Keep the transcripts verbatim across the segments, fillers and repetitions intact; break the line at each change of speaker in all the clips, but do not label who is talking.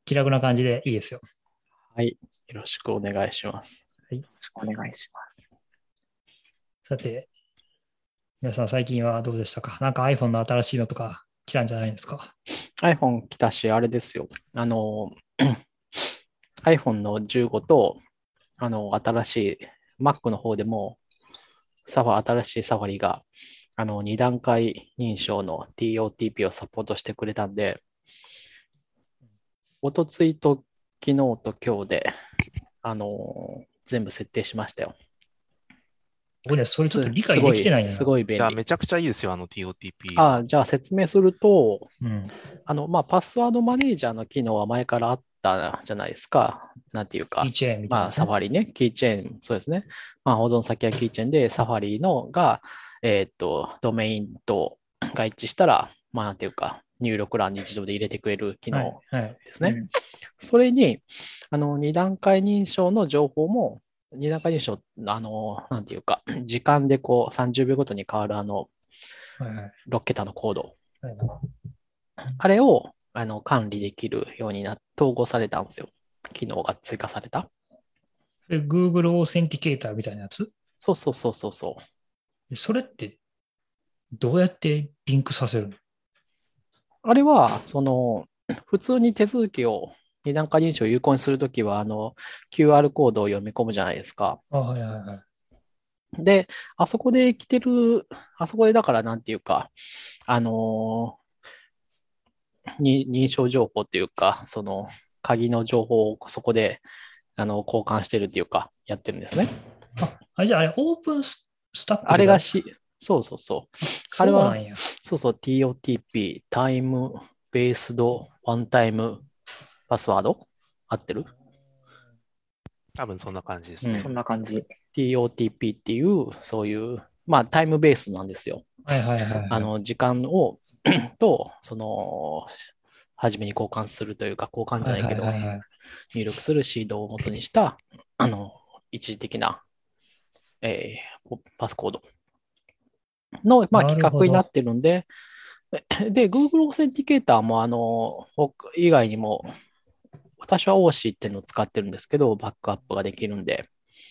気楽な感じでいいですよ。
はい。よろしくお願いします。
はい。
よろしくお願いします。
さて、皆さん最近はどうでしたか？なんか iPhone の新しいのとか来たんじゃないですか？
iPhone 来たし、あれですよ。あの、iPhone のじゅうごと、あの、新しい Mac の方でも、サファ、新しいサファリが、あの、に段階認証の ティーオーティーピー をサポートしてくれたんで、おとついと昨日と今日で、あの、全部設定しましたよ。
僕ね、それちょっと
す
理解
すごい、
できてないな。
すごい便
いや、
利。
めちゃくちゃいいですよ、あの ティーオーティーピー は。
あ、じゃあ説明すると、
うん。
あの、まあ、パスワードマネージャーの機能は前からあったじゃないですか。なんていうか、
キーチェーンみたいな
まあ、
やつね。
サファリね、キーチェーン、そうですね。まあ、保存先はキーチェーンで、サファリのが、えーっと、ドメインとが一致したら、まあ、なんていうか、入力欄に自動で入れてくれる機
はい。
能
はい。
ですね。
うん
それに、あの、二段階認証の情報も、二段階認証、あの、なんていうか、時間でこうさんじゅうびょうごとに変わるあの、
はいはい。
ろっ桁のコード。
はい
あれをあの管理できるようにな、統合されたんですよ。機能が追加された。
で Google オーセンティケーターみたいなやつ？
そうそうそうそうそう。
でそれってどうやってリンクさせるの？
あれは、その、普通に手続きを二段階認証を有効にするときは、あの、キューアール コードを読み込むじゃないですか。
あ、はいはいはい。
で、あそこで来てる、あそこでだからなんていうか、あのに認証情報っていうか、その鍵の情報をそこであの交換してるっていうか、やってるんですね。
あ、あじゃああれ、オープンススタック
あれがし、そうそうそう。あれは、
そうなんや。
そうそう、ティーオーティーピー、タイムベースドワンタイムパスワード合ってる？
多分そんな感じです
うん
ね。
そんな感じ。
ティーオーティーピー っていう、そういう、まあ、タイムベースなんですよ。
はいはいはい、はい。
あの、時間をと、その、初めに交換するというか、交換じゃないけど、
はいはいはいはい、
入力するシードを元にした、あの、一時的な、えーパスコードの、まあ、
な
規
るほど。
格になってるんで、で、Google オーセンティケーターも、あの、僕以外にも、私は オーシー っていうのを使ってるんですけど、バックアップができるんで、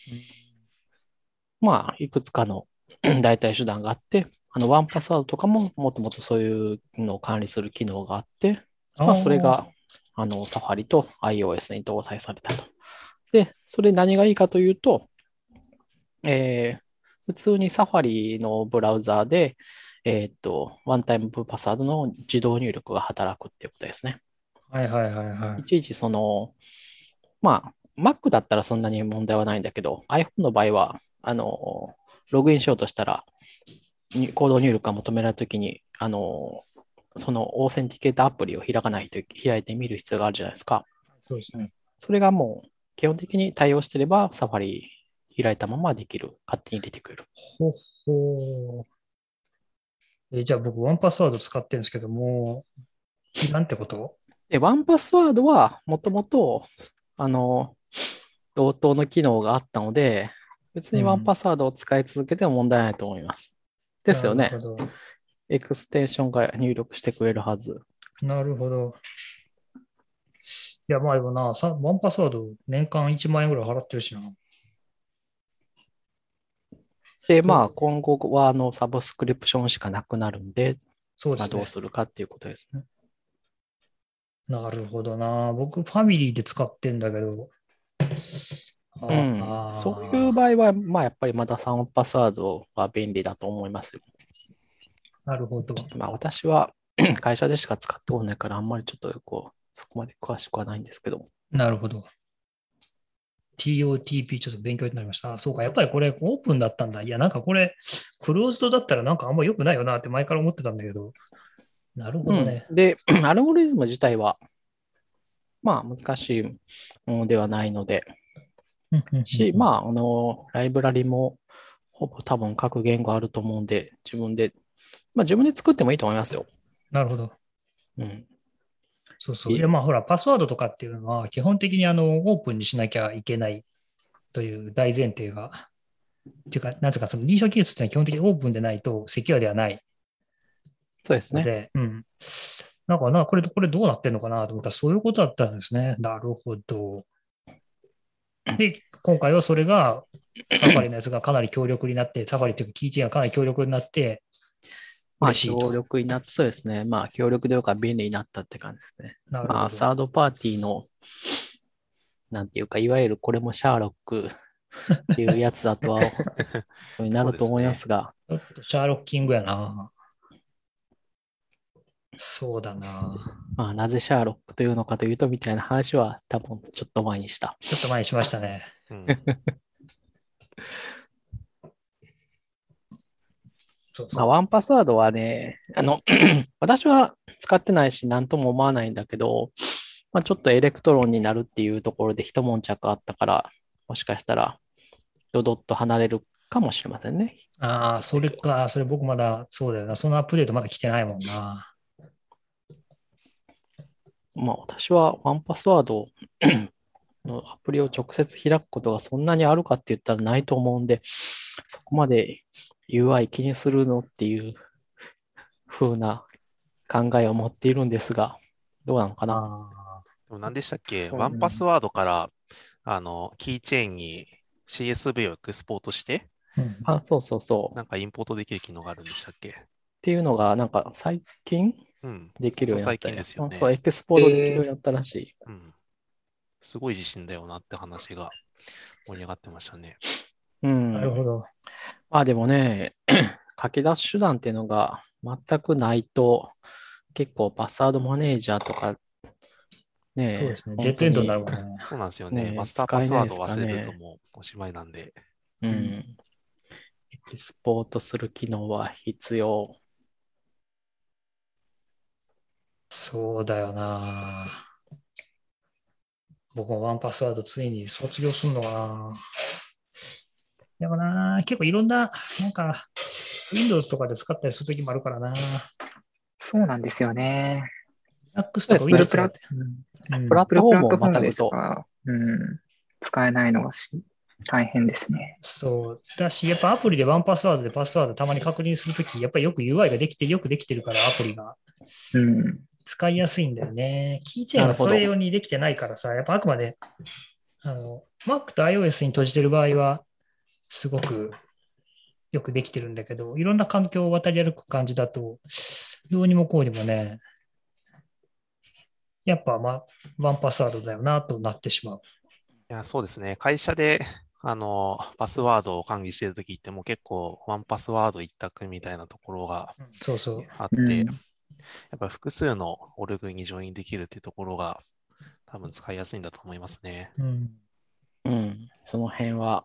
まあ、いくつかの代替手段があって、あの、ワンパスワードとかも、もともとそういうのを管理する機能があって、まあ、それが、あの、サファリと iOS に搭載されたと。で、それ何がいいかというと、えー、普通にサファリのブラウザーで、えーっと、ワンタイムパスワードの自動入力が働くっていうことですね。
はいはいはいはい。
いちいちその、まあ、Mac だったらそんなに問題はないんだけど、iPhone の場合は、あの、ログインしようとしたら、コード入力が求められたときに、あの、そのオーセンティケーターアプリを開かないと、開いてみる必要があるじゃないですか。
そうですね。
それがもう、基本的に対応してれば、サファリ開いたままできる。勝手に入れてくれる。
ほほー。え、じゃあ僕、ワンパスワード使ってるんですけども、なんてこと？
で、ワンパスワードは、もともと、あの、同等の機能があったので、別にワンパスワードを使い続けても問題ないと思います。ですよね。
なるほど。
エクステンションが入力してくれるはず。
なるほど。いや、まあでもな、さワンパスワード年間いちまん円ぐらい払ってるしな。
で、まあ、今後は、あの、サブスクリプションしかなくなるんで、
そうですね。
まあ、どうするかっていうことですね。
なるほどな。僕、ファミリーで使ってんだけど。
うん。そういう場合は、まあ、やっぱりまたさんパスワードは便利だと思いますよ。
なるほど。
まあ、私は会社でしか使ってこないから、あんまりちょっとこう、そこまで詳しくはないんですけど。
なるほど。ティーオーティーピー ちょっと勉強になりました。あ、そうか。やっぱりこれオープンだったんだ。いや、なんかこれ、クローズドだったらなんかあんま良くないよなって前から思ってたんだけど。なるほどね。
うん、で、アルゴリズム自体は、まあ、難しいものではないので、し、まあ、あの、ライブラリも、ほぼ多分各言語あると思うんで、自分で、まあ自分で作ってもいいと思いますよ。
なるほど。
うん。
そうそう。いや、まあほら、パスワードとかっていうのは、基本的にあの、オープンにしなきゃいけないという大前提が、っていうか、なんつうか、その認証技術っていうのは基本的にオープンでないとセキュアではない
そうですね。
ので、うん。 なんかな、これ、これどうなってんのかなと思ったら、そういうことだったんですね。なるほど。で、今回はそれが、サファリのやつがかなり強力になって、サファリというかキーチェーンがかなり強力になって、
まあ、
嬉しいと。
強力になって、そうですね。まあ、強力でよく便利になったって感じですね。まあ、
なるほど。
サードパーティーの、なんていうか、いわゆるこれもシャーロックっていうやつだとは、にな
そう
ると思いま
ですね。
すが、
ちょっとシャーロッキングやな。そうだな。
まあ、なぜシャーロックというのかというと、みたいな話は多分ちょっと前にした。
ちょっと前にしましたね。
うん。
まあ、
そうそう。
ワンパスワードはね、あの、私は使ってないし、なんとも思わないんだけど、まあ、ちょっとエレクトロンになるっていうところで一悶着あったから、もしかしたら、ドドッと離れるかもしれませんね。
ああ、それか。それ僕まだ、そうだよな。そのアップデートまだ来てないもんな。
まあ、私はワンパスワードのアプリを直接開くことがそんなにあるかって言ったらないと思うんで、そこまで ユーアイ 気にするのっていう風な考えを持っているんですが、どうなのかな。
あ
でも何でしたっけ
そう
ワンパスワードから、あの、キーチェーンに シーエスブイ をエクスポートして、
あ、うん。
あ、そうそうそう。
なんかインポートできる機能があるんでしたっけ
っていうのが、なんか最近
うん。
できるようにな
最
ったよ。
近ですよね。
あそう、エクスポートできるようになったらしい。
うん。すごい自信だよなって話が盛り上がってましたね。
うん。
なるほど。
まあでもね、書き出す手段っていうのが全くないと、結構パスワードマネージャーとかね、
そうですね。デ
本当
ッドエンドにな
に
るもんね。
そうなんですよね。
ね、
マスターパスワード
使えないです
を忘れると
かね。
もうおしまいなんで。
う
うん
ん。エキスポートする機能は必要。
そうだよな。僕もワンパスワードついに卒業するのかな。でもな、結構いろんな、なんか、Windows とかで使ったりするときもあるからな。
そうなんですよね。
Linux とか
そうですね。
Windows
フルプラッ
とかって。うん
プラットフォームを
フルプラットフォームで
またぐと、
しか、うん、使えないのがし大変ですね。
そう。だし、やっぱアプリでワンパスワードでパスワードたまに確認するとき、やっぱりよく ユーアイ ができて、よくできてるからアプリが
うん。
使いやすいんだよね。キーチェーンはそれ
なるほど。
用にできてないからさ、やっぱあくまで、あの、Mac と iOS に閉じてる場合は、すごくよくできてるんだけど、いろんな環境を渡り歩く感じだと、どうにもこうにもね、やっぱ、ま、ワンパスワードだよなとなってしまう。
いや、そうですね。会社で、あの、パスワードを管理しているときってもう結構ワンパスワード一択みたいなところが
うんそうそう。
あっ
うん
て、やっぱ複数のオルグにジョインできるっていうところが多分使いやすいんだと思いますね。
うん、
うん。その辺は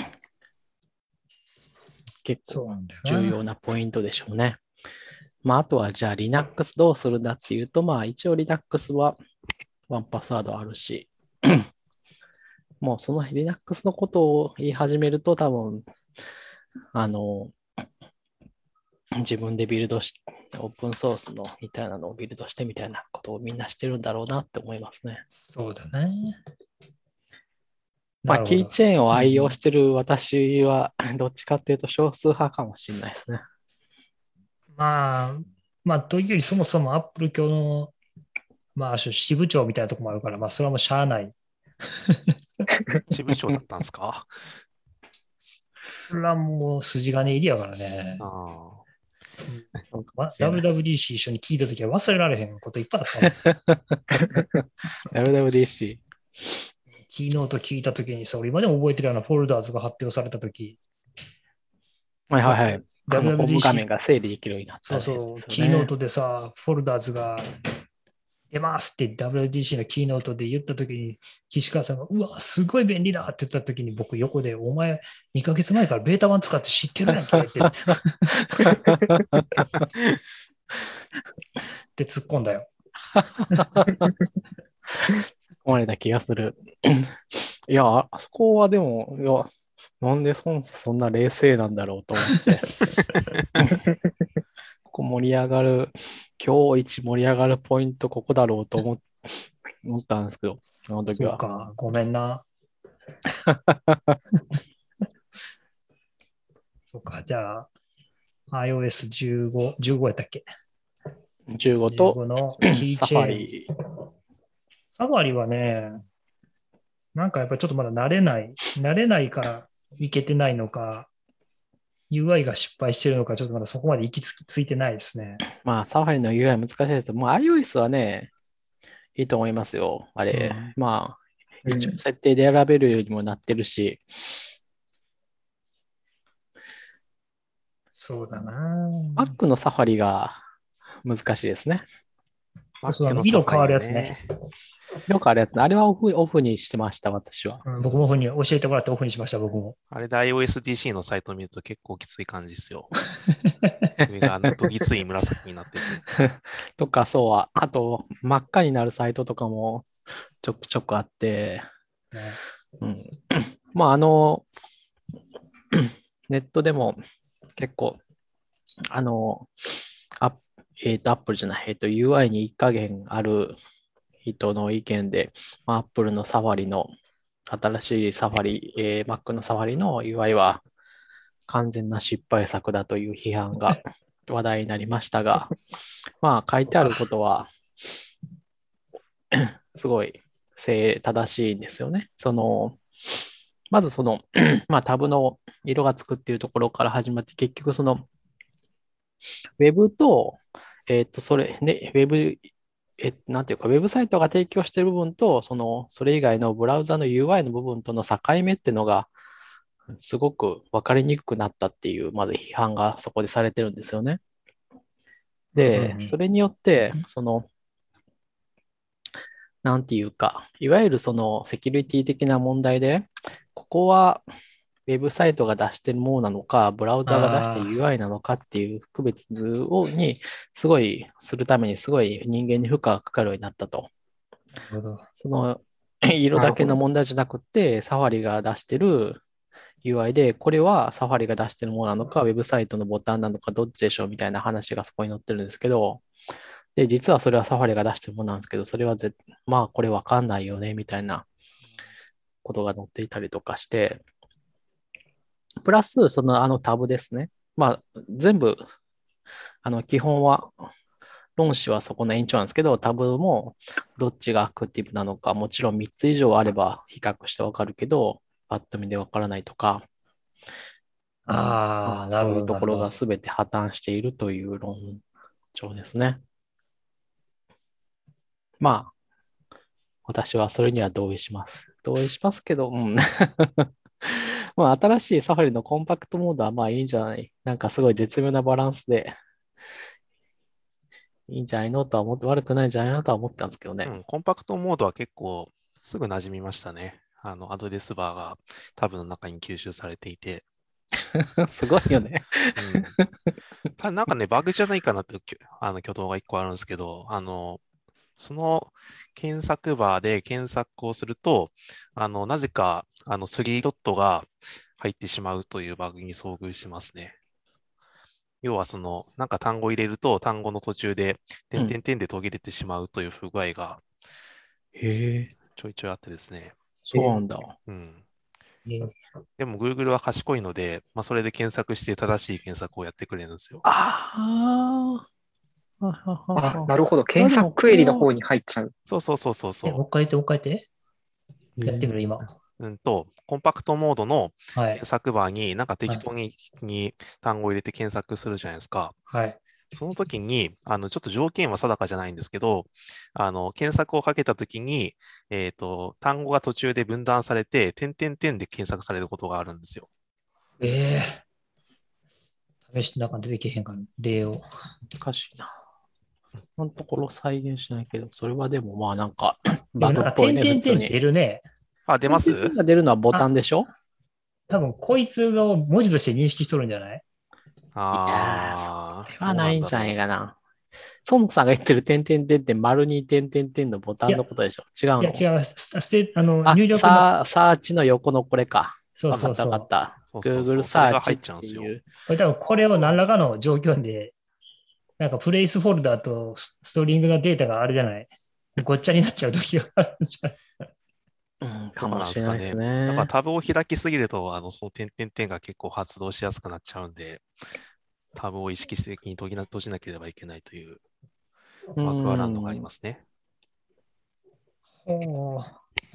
結構
そうなんだよ
重要なポイントでしょうね。まあ、あとはじゃあ Linux どうするんだっていうと、まあ一応 Linux はワンパスワードあるし、もうその Linux のことを言い始めると多分、あの、自分でビルドし、オープンソースのみたいなのをビルドしてみたいなことをみんなしてるんだろうなって思いますね。
そうだね。
まあ、
なるほど。
キーチェーンを愛用してる私は、どっちかっていうと少数派かもしれないですね。
まあ、まあ、というよりそもそも Apple 教の、まあ、支部長みたいなところもあるから、まあ、それはもうしゃあない。
支部長だったんですか
それはもう筋金入りやからね。
あ
うん
そうか
ま
もしれない
ダブリューダブリューディーシー 一緒に聞いたときは忘れられへんこといっぱいあったもん。
ダブリューダブリューディーシ
キーノート聞いたときにさ、俺今でも覚えてるようなフォルダーズが発表されたとき、
ー。はいはいはい。あの、ホーム画面
ダブリューダブリューディーシー、
が整理できるようになった
そう
やつ
そう、
ですよね。
キーノートでさ、フォルダーズが出ますって ダブリューダブリューディーシー のキーノートで言ったときに、岸川さんが、うわ、すごい便利だって言ったときに、僕横で、お前、にかげつまえからベータ版使って知ってるやんけってって突っ込んだよ。
思われた気がする。いや、あそこはでも、いや、なんでそんそんな冷静なんだろうと思って。ここ盛り上がる、今日一盛り上がるポイントここだろうと思っ思ったんですけど、その時は。
そうか、ごめんな。そうか、じゃあ、アイオーエスじゅうご、じゅうごやったっけ
じゅうご
じゅう
と
ごのキー
サ
チェーン。
ファリ。
サファリはね、なんかやっぱりちょっとまだ慣れない。慣れないからいけてないのか、ユーアイ が失敗してるのか、ちょっとまだそこまで行きつついてないですね。
まあ、サファリの ユーアイ 難しいです。もう iOS はね、いいと思いますよ。あれ。
うん、
まあ、
うん
一応設定で選べるようにもなってるし、
そうだな。
Mac のサファリが難しいですね。
そうあ
Mac
の色変わ
のサファリ
るやつね。
ね。
よくあるやつね。あれはオフ、オフにしてました、私は。
うん、僕もオフに教えてもらってオフにしました、僕も。
あれで iOSDC のサイトを見ると結構きつい感じですよ。上があのどぎつい紫になってて。
とか、そうは。あと、真っ赤になるサイトとかもちょくちょくあって、
ね、
うん、まあ、あの、ネットでも結構、あの、あえっ、と、Apple じゃない、えっ、と、ユーアイ に一加減ある人の意見で、まあ、Apple のサファリの、新しいサファリ、えー Mac のサファリの ユーアイ は完全な失敗作だという批判が話題になりましたが、まあ、書いてあることは、すごい正正しいんですよね。その、まずその、まあ、タブの色がつくっていうところから始まって、結局その、ウェブと、えっと、それ、ね、ウェブ、え、なんていうか、ウェブサイトが提供している部分と、その、それ以外のブラウザの ユーアイ の部分との境目っていうのが、すごく分かりにくくなったっていう、まず批判がそこでされてるんですよね。で、
うんうん
それによって、その、なんていうか、いわゆるそのセキュリティ的な問題で、ここはウェブサイトが出してるものなのか、ブラウザが出してる
あ
ユーアイ なのかっていう区別をに、すごいするために、すごい人間に負荷がかかるようになったと。
あ、なるほど。
その色だけの問題じゃなくて、サファリが出してる ユーアイ で、これはサファリが出してるものなのか、ウェブサイトのボタンなのか、どっちでしょうみたいな話がそこに載ってるんですけど、で、実はそれはサファリが出してるものなんですけど、それはぜ、まあ、これわかんないよね、みたいなことが載っていたりとかして、プラス、そのあのタブですね。まあ、全部、あの、基本は、論旨はそこの延長なんですけど、タブもどっちがアクティブなのか、もちろんみっつ以上あれば比較してわかるけど、パッと見でわからないとか、
ああ、なるほど。
そういうところ
なるほど
が全て破綻しているという論調ですね。まあ、私はそれには同意します。同意しますけど、うん。まあ、新しいサファリのコンパクトモードはまあいいんじゃない。なんかすごい絶妙なバランスでいいんじゃないのとは思って、悪くないんじゃないのとは思ってたんですけどね。
うん、コンパクトモードは結構すぐ馴染みましたね。あの、アドレスバーがタブの中に吸収されていて。
すごいよね。
うん、ただなんかね、バグじゃないかなってきょあの挙動が一個あるんですけど、あの、その検索バーで検索をすると、あの、なぜか、あの、スリードットが入ってしまうというバグに遭遇しますね。要はその、なんか単語を入れると、単語の途中で、点々点で途切れてしまうという不具合が
へえ、
ちょいちょいあってですね。
そうなんだ。
うん。
えー
でも Google は賢いので、まあ、それで検索して正しい検索をやってくれるんですよ。
ああ。ははは
あ、
は
なるほど。検索クエリの方に入っちゃう。
そうそうそうそう
え、もう
そ
一回言って、もう一回言って。
へ
やってみる、今。
う。うんと、コンパクトモードの
はい
検。索バーになんか適当に,、に単語を入れて検索するじゃないですか。
はい。
その時に、あの、ちょっと条件は定かじゃないんですけど、あの、検索をかけた時に、えっと、単語が途中で分断されて、点々点で検索されることがあるんですよ。
ええ試して、なんか出てけへんかな。例を。
難しいな。今のところ再現しないけど、それはでもまあなんか
で
バ
もなんか、
グっぽいね、
点々点
普通に。
出るね。
あ、出ます
点々が出るのはボタンでしょ？
多分、こいつを文字として認識しとるんじゃない？
いやー、そ
あ
れ
ー、
はないんじゃない
どうなんだろう。
かな。孫さんが言ってる点々点って丸に点々点のボタンのことでしょ？違う
いや、
の？
違います。ステあの、
あ、
入力の、
サー、サーチの横のこれか。
そう
わかった
そうそう。こ
わかった。
そうそうそう
Google
それが入
サーチっ
っちゃうんですよ。
ていう。
れ多分、これを何らかの状況で、なんか、プレイスフォルダとスストリングのデータがあるじゃない。ごっちゃになっちゃう時があるんじゃない？
うん、か
どう
もしれない
なんですかね。
ですね。
だからタブを開きすぎると、あの、その点々点が結構発動しやすくなっちゃうんで、タブを意識的に閉じな閉じなければいけないという
う
ワークアラウンドがあり
ん。
ますね。
ほう。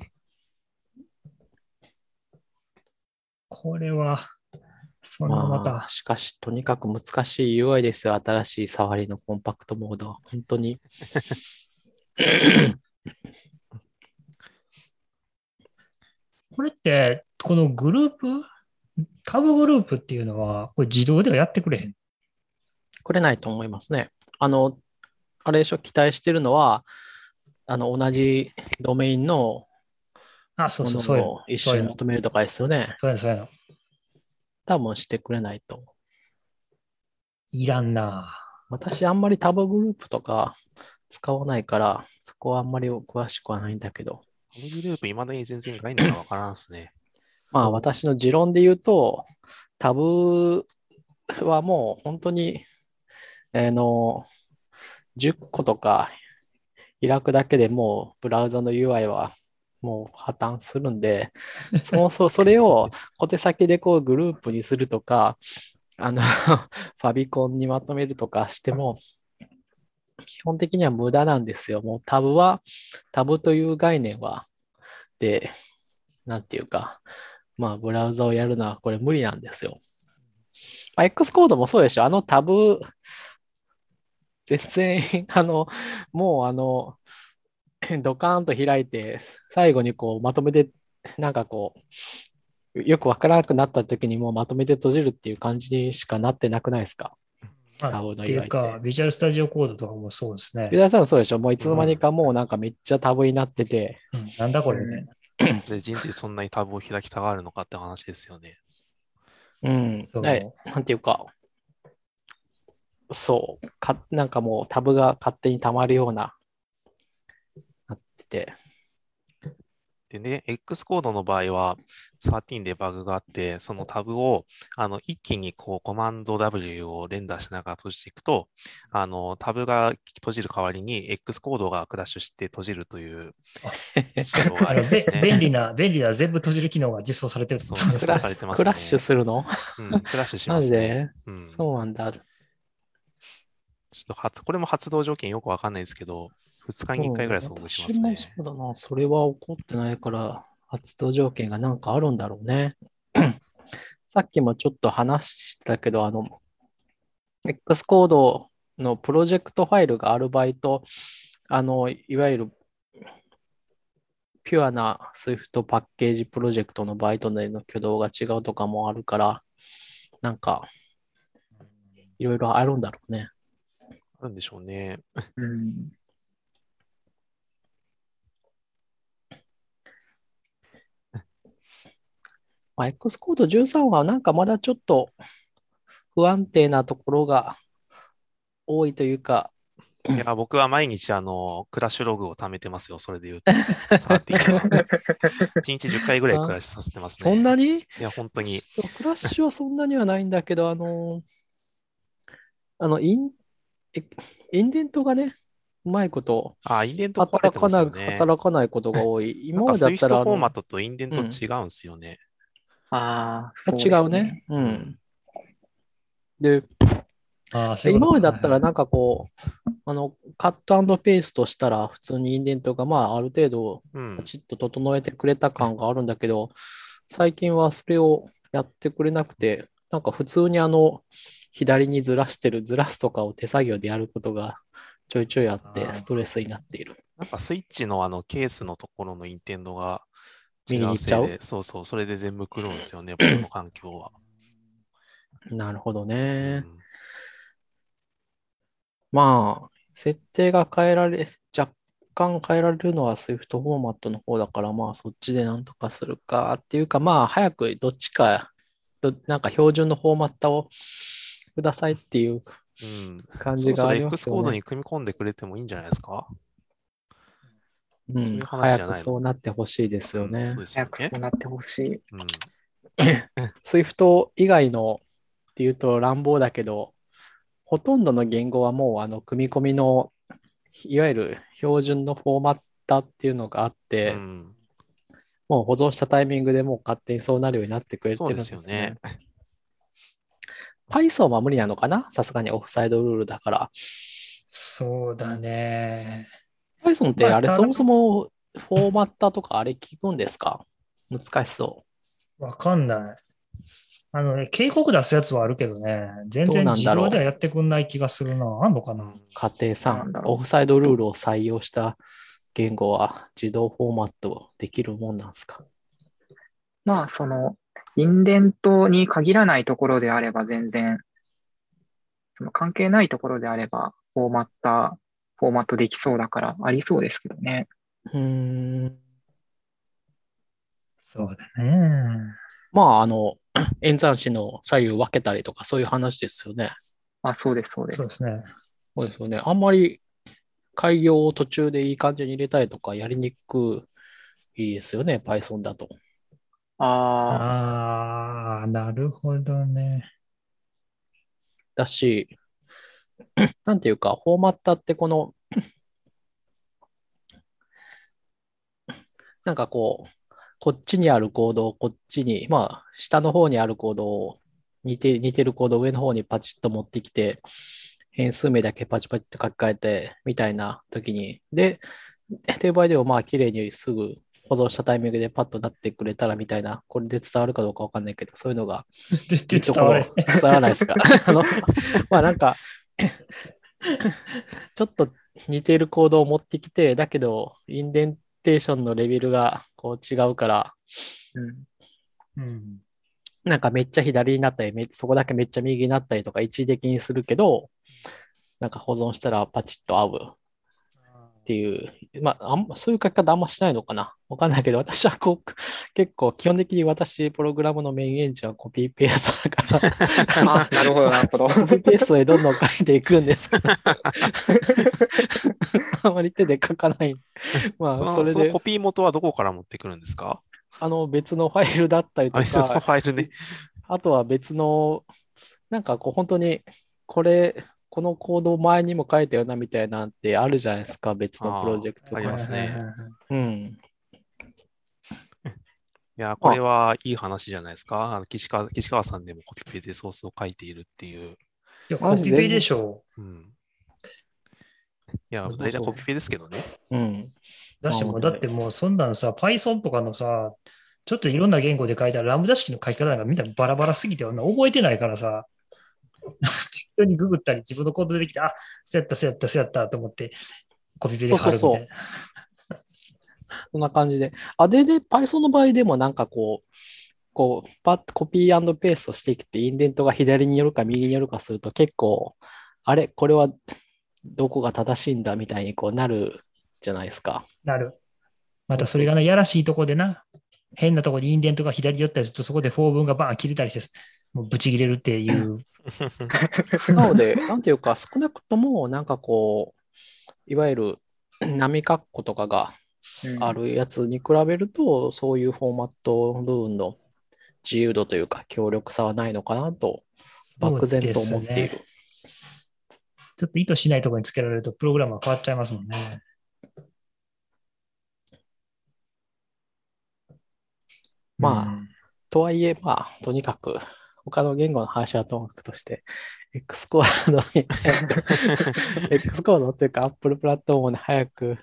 これは、そんなま
まあ、
た、
しかし、とにかく難しい ユーアイ ですよ。新しい触りのコンパクトモードは。本当に。
これって、このグループ、タブグループっていうのは、これ自動ではやってくれへん。
これないと思いますね。あの、あれでしょ、期待してるのは、あの、同じドメインの
あ、そうそう、
もの
そういうの。
を一緒に
そういうの。
まとめるとかですよね。
そういうの、そういうの。
多分してくれないと。
いらんな。
私、あんまりタブグループとか使わないから、そこはあんまり詳しくはないんだけど。
タブグループ、いまだに全然概念がわからんですね。
まあ、
そう
私の持論で言うと、タブはもう本当に、あの、じゅっことか開くだけでもうブラウザの ユーアイ はもう破綻するんで、そもそもそれを小手先でこうグループにするとか、あの、ファビコンにまとめるとかしても、基本的には無駄なんですよ。もうタブは、タブという概念は、で、なんていうか、まあ、ブラウザをやるのはこれ無理なんですよ。まあ、X コードもそうでしょ。あのタブ、全然、あの、もうあの、ドカーンと開いて、最後にこうまとめて、なんかこう、よくわからなくなった時にもうまとめて閉じるっていう感じにしかなってなくないですか？
まあ、
タブの
っていう
ユーアイ っ
か、
て。
ビジュアルスタジオコードとかもそうですね。
ユーザーさんもそうでしょ？もういつの間
うん
にかもうなんかめっちゃタブになってて、
うん、なんだこれみたいな。
で、人類そんなにタブを開きたがるのかって話ですよね。
うん。
そう
はい。なんていうか、そう、か、なんかもうタブが勝手に溜まるような、なってて。
でね、X コードの場合は、じゅうさんでバグがあって、そのタブをあの一気にこうコマンド ダブリュー を連打しながら閉じていくと、あのタブが閉じる代わりに X コードがクラッシュして閉じるという仕様があ
あの、べ、
りますね。
便利な、便利な全部閉じる機能が実装されてるってこ
そう、
とですか？
実装されてますね。
クラッシュするの？
うん、クラッシュし
マ
ますね。
ジで？
うん。
そうなんだ。
ちょっと発これも発動条件よくわかんないですけど、ふつかにいっかいぐらい遭遇しますね。
私もそうだな。それは起こってないから、発動条件がなんかあるんだろうね。さっきもちょっと話してたけど、あの、X コードのプロジェクトファイルがある場合と、あの、いわゆるピュアな Swift パッケージプロジェクトのバイトでの挙動が違うとかもあるから、なんか、いろいろあるんだろうね。
あるんでしょうね。
うん。
まあ、X コードじゅうさんはなんかまだちょっと不安定なところが多いというか、
いや、僕は毎日あの、クラッシュログを貯めてますよ。それで言うと。さんは。いちにちじゅっかいぐらいクラッシュさせてますね。
そんなに？
いや、本当に。
クラッシュはそんなにはないんだけど、あの、あの、イン、えインデントがね、うまいこと
あ、インデント壊れてま
働かない、
すよね。
働かないことが多い。
なんか
今までだったら、
スイフトフォーマ
あの、
ットとインデント
うん、
違うんですよね。
ああ、そう
違
です
うね。う。
うんん。
で、
ああ、そういう
今
ことか。
までだったらなんかこう、あの、カットペーストしたら普通にインデントがまあある程度
うん。
パチッと整えてくれた感があるんだけど、最近はそれをやってくれなくて、なんか普通にあの、左にずらしてる、ずらすとかを手作業でやることがちょいちょいあって
あー
ストレスになっている。
なんかスイッチのあのケースのところのインテンドが違
右に行っちゃう？
うせいで、そうそう、それで全部狂うんですよね、僕の環境は。
なるほど
う
ね。
ん。
まあ、設定が変えられ、若干変えられるのは Swift フォーマットの方だから、まあそっちでなんとかするかっていうか、まあ早くどっちか、どなんか標準のフォーマットをくださいっていう
うん。
感
そろそろ
じがありま
X
すよね。
コードに組み込んでくれてもいいんじゃないですか？
うん、
そういう話
早
じゃないの？
くそうなってほしいですよ
うん、
ね。
そうです
早
よね。
くそうなってほしい。
うん。
Swift 以外のっていうと乱暴だけど、ほとんどの言語はもうあの組み込みのいわゆる標準のフォーマッタっていうのがあっ
う
て、
ん。
もう保存したタイミングでもう勝手にそうなるようになってくれ
そうで
てるんですす
よね。
ね。Python は無理なのかな？さすがにオフサイドルールだから。
そうだね。
Python っ
まあ、
てあれ、
ただ、
そもそもフォーマッターとかあれ聞くんですか？難しそ
わかんない。あのね、警告出すやつはあるけどね、全
う。どう
然
なんだろう。
自動ではやってくんない気がするな。あんのかな。
うん。
家庭さん、
なんだろ
オフサイドルールを採用した言語は自動フォーマットできるもんなんですか？
う。まあ、その、インデントに限らないところであれば全然、その関係ないところであれば、フォーマッター、フォーマットできそうだからありそうですけどね。
うーん。
そうだね。
まあ、あの、演算子の左右分けたりとかそういう話ですよね。
あ、そうです、そうです。
そうですね。
そうですよね。あんまり開業を途中でいい感じに入れたりとかやりにくいですよね、Python だと。
ああ、
ああ、なるほどね。
だし、なんていうか、フォーマッターってこの、なんかこう、こっちにあるコードをこっちに、まあ、下の方にあるコードを似て、似てるコードを上の方にパチッと持ってきて、変数名だけパチパチと書き換えて、みたいな時に、で、っていう場合でもまあ、綺麗にすぐ保存したタイミングでパッとなってくれたらみたいな、これで伝わるかどうかわかんないけど、そういうのが
絶対
いいところ、
伝われ。
伝わらないですか？あの、まあなんか、ちょっと似ているコードを持ってきて、だけど、インデンテーションのレベルがこう違うから、
うん。
うん。
なんかめっちゃ左になったり、めそこだけめっちゃ右になったりとか一時的にするけど、なんか保存したらパチッと合うっていう、まあ、あんまそういう書き方あんましないのかな。わかんないけど、私はこう、結構基本的に私、プログラムのメインエンジンはコピーペーストだから、
あ、なるほど、なるほど。
コピーペーストでどんどん書いていくんですけど、あまり手で書かない。まあ、そ
その、
れで、
そのコピー元はどこから持ってくるんですか？
あの、別のファイルだったり
あ、そのフ
とか、
ァイルね。
あとは別の、なんかこう、本当に、これ、このコード前にも書いたよなみたいなんてあるじゃないですか、別のプロ
ああ、あり
ジェクトとか。
ますね。
うん。
いや、こ
まあ、
れはいい話じゃないですか。あの岸川、岸川さんでもコピペでソースを書いているっていう。
いや、コピペ
私全然、
でしょ
うん。いや、
そうそう。
大体コピペですけどね。
うん。
う。だしもう、だ
なので、
ってもうそんなんさ、Python とかのさ、ちょっといろんな言語で書いたらラムダ式の書き方なんかみんなバラバラすぎて、覚えてないからさ、適当にググったり自分のコードでできて、あ、そうやった、そうやった、そうやったと思ってコピペで
そうそうそう。
貼るみたいな。
こんな感じで。あ、で、で、Python の場合でもなんかこう、こう、パッとコピーペーストしてきて、インデントが左によるか右によるかすると結構、あれ、これはどこが正しいんだみたいにこうなるじゃないですか。
なる。ま
そうそうそ
たそれがね、やらしいとこでな、変なとこにインデントが左に寄ったりすると、そこでフォー文がバーン切れたりして、もうブチ切れるっていう。
う。なので、なんていうか、少なくとも、なんかこう、いわゆる波括弧とかが
うん。
あるやつに比べると、そういうフォーマット部分の自由度というか、強力さはないのかなと、
そうで
漠然と思
すね。
っている。
ちょっと意図しないところにつけられると、プログラムが変わっちゃいますもんね。う
まあ、
ん。
とはいえ、まあ、とにかく、他の言語の話はともかくとして、X コードに早く、X コードっていうか Apple プラットフォームに早く、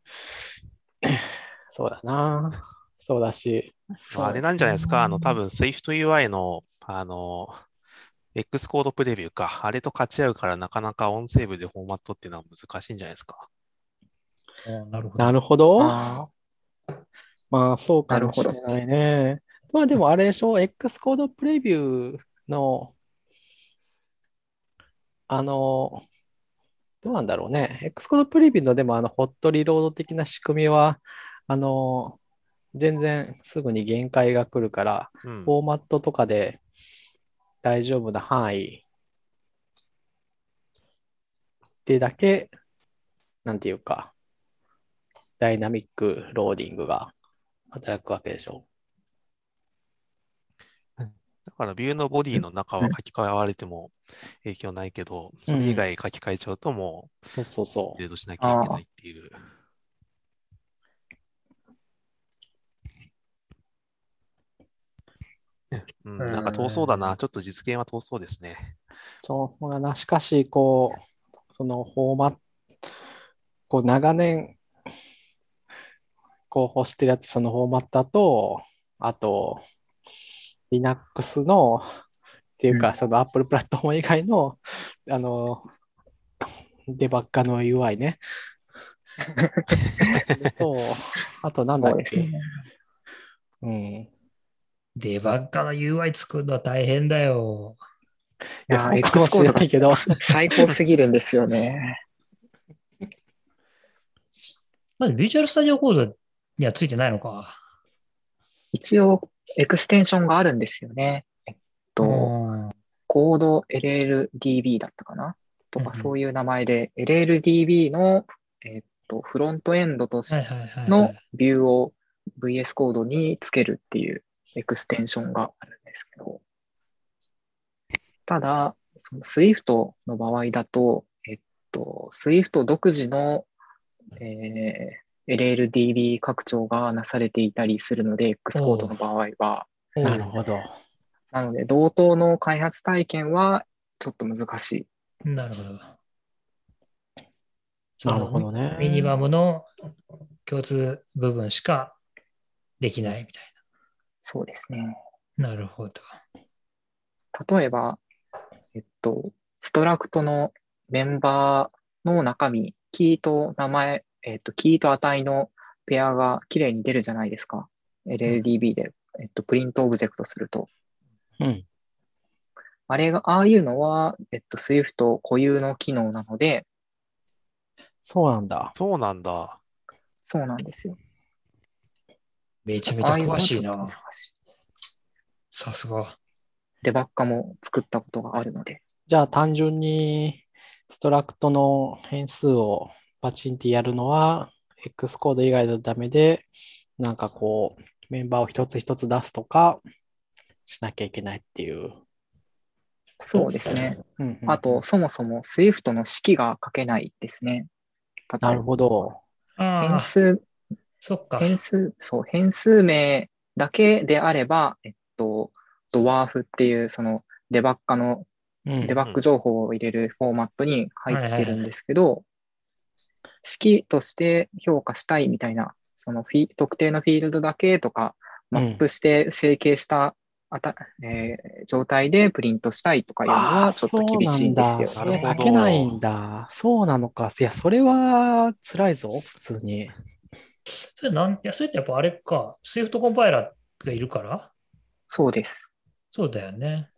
そうだな。そうだし、
まあ、あれなん
そうですね。
じゃないですか。あの、多分 SwiftUI の、あの、X コードプレビューか。あれと勝ち合うからなかなかオンセーブでフォーマットっていうのは難しいんじゃないですか。
うんなるほど。
なるほど。
あ
まあ、そう
あ、
かも
なるほど。
しれないね。まあ、でもあれでしょ、X コードプレビューの、あの、どうなんだろうね。X コードプレビューのでも、あの、ホットリロード的な仕組みは、あの、全然すぐに限界が来るから、
うん。
フォーマットとかで大丈夫な範囲でだけ、なんていうか、ダイナミックローディングが働くわけでしょ
だからビューのボディの中は書き換えられても影響ないけど、
う。う
それ以
ん。
外書き換えちゃうともう
そうそうそ
ビルドしなきゃいけな
ああ、
いっていう。う
う
ん、なんか遠そうだな。
ん。
ちょっと実現は遠そうですね。
う。そうだな。しかし、こう、そのフォーマッこう長年こう欲してるやつ、そのフォーマットと、あと Linux のっていうか、
うん
その Apple プラットフォーム以外のあのデバッカーの ユーアイ ね。と、あとなんだっけ。
そうですね。
うん。
デバッカーの ユーアイ 作るのは大変だよ。
いや、
いや、
そうかも
X
し
コードが
れないけど。
最高すぎるんですよね。
まず、ビジュアルスタジオコードにはついてないのか。
一応、エクステンションがあるんですよね。えっと、
うん
コード エルエルディービー だったかなとか、
うんうん
そういう名前で、エルエルディービー の、えっと、フロントエンドとし
はいはいはいは
の
い。
ビューを ブイエス コードにつけるっていうエクステンションがあるんですけど、ただ、その Swift の場合だと、えっと、Swift 独自の、えー エルエルディービー 拡張がなされていたりするので、X コードの場合は。
おう
なるほど。
なので、同等の開発体験はちょっと難しい。
なるほど。
なるほどね。
ミニマムの共通部分しかできないみたい
そうですね。
な。なるほど。
例えば、えっと、ストラクトのメンバーの中身、キーと名前、えっと、キーと値のペアがきれいに出るじゃないですか。エルエルディービー で、えっと、プリントオブジェクトすると。
うん。
あれが、ああいうのは、えっと、Swift 固有の機能なので、
そうなんだ。
そうなんだ。
そうなんですよ。
めちゃめちゃ
ああいうの
詳しい
はちょっと難
な。
しい。
さすが。
デバッカも作ったことがあるので。
じゃあ単純にストラクトの変数をパチンってやるのは X コード以外だとダメで、なんかこうメンバーを一つ一つ出すとかしなきゃいけないっていう。
そうですね。
うんうんうん
あと、そもそも Swift の式が書けないですね。
なるほど。
ああ、
変数、
そっか。
変数、そう、変数名だけであれば、えっと、ドワーフっていう、そのデバッカの、
うん
デバッグ情報を入れるフォーマットに入ってるんですけ
は
ど、式として評価したいみたいな、そのフィ特定のフィールドだけとか、マップして整形したあた、えー状態でプリントしたいとかいうの
ああ、
はちょっと
そうな
厳しいんです
んだ。
よね。
それ書けないんだ。そうなのか。いや、それは辛いぞ、普通に。
それなん、いや、それってやっぱあれか、Swift コンパイラーがいるから
そうです。
そうだよね。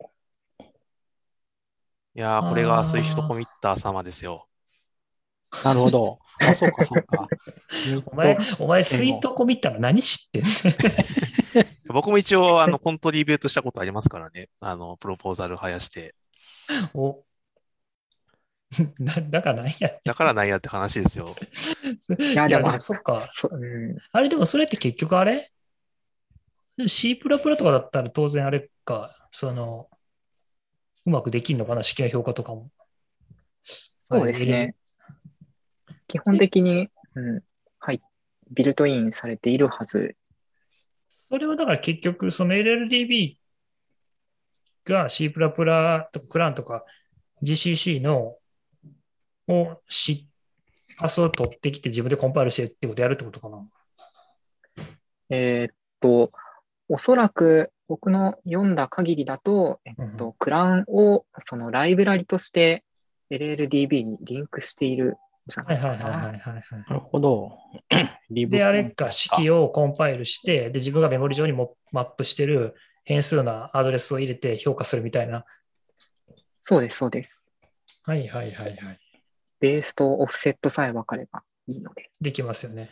いやー、これが
あー
Swift コミッター様ですよ。
なるほど。あ、そうか、そうか。ミッ
お前
ド、
お前、
でも
スイートコミッターの何知ってんの
僕も一応、あの、コントリビュートしたことありますからね。あの、プロポーザル生やして。
おなだからなんや。
だからなんやって話ですよ。
いや、
いや、
でも、
でもそっか。
そうん、
あれ、でもそれって結局あれでも C++ とかだったら当然あれか、その、うまくできんのかな、試験評価とかも。
そうですね。基本的に、うん、はい、ビルトインされているはず。
それはだから結局、その エルエルディービー が C++ とかクランとか ジーシーシー のをしパスを取ってきて自分でコンパイルしてってことやるってことかな。
えーっと、おそらく僕の読んだ限りだと、えっ
うん
と、クランをそのライブラリとして エルエルディービー にリンクしているんじゃ
は
ないいかな。
はいはいはいはいはい。
なるほど。リブ
で、あ
コン
れか、式をコンパイルして、で、自分がメモリ上にもマップしてる変数のアドレスを入れて評価するみたいな。
そうです、そうです。
はいはいはいはい。
ベースとオフセットさえ分かればいいので。
できますよね。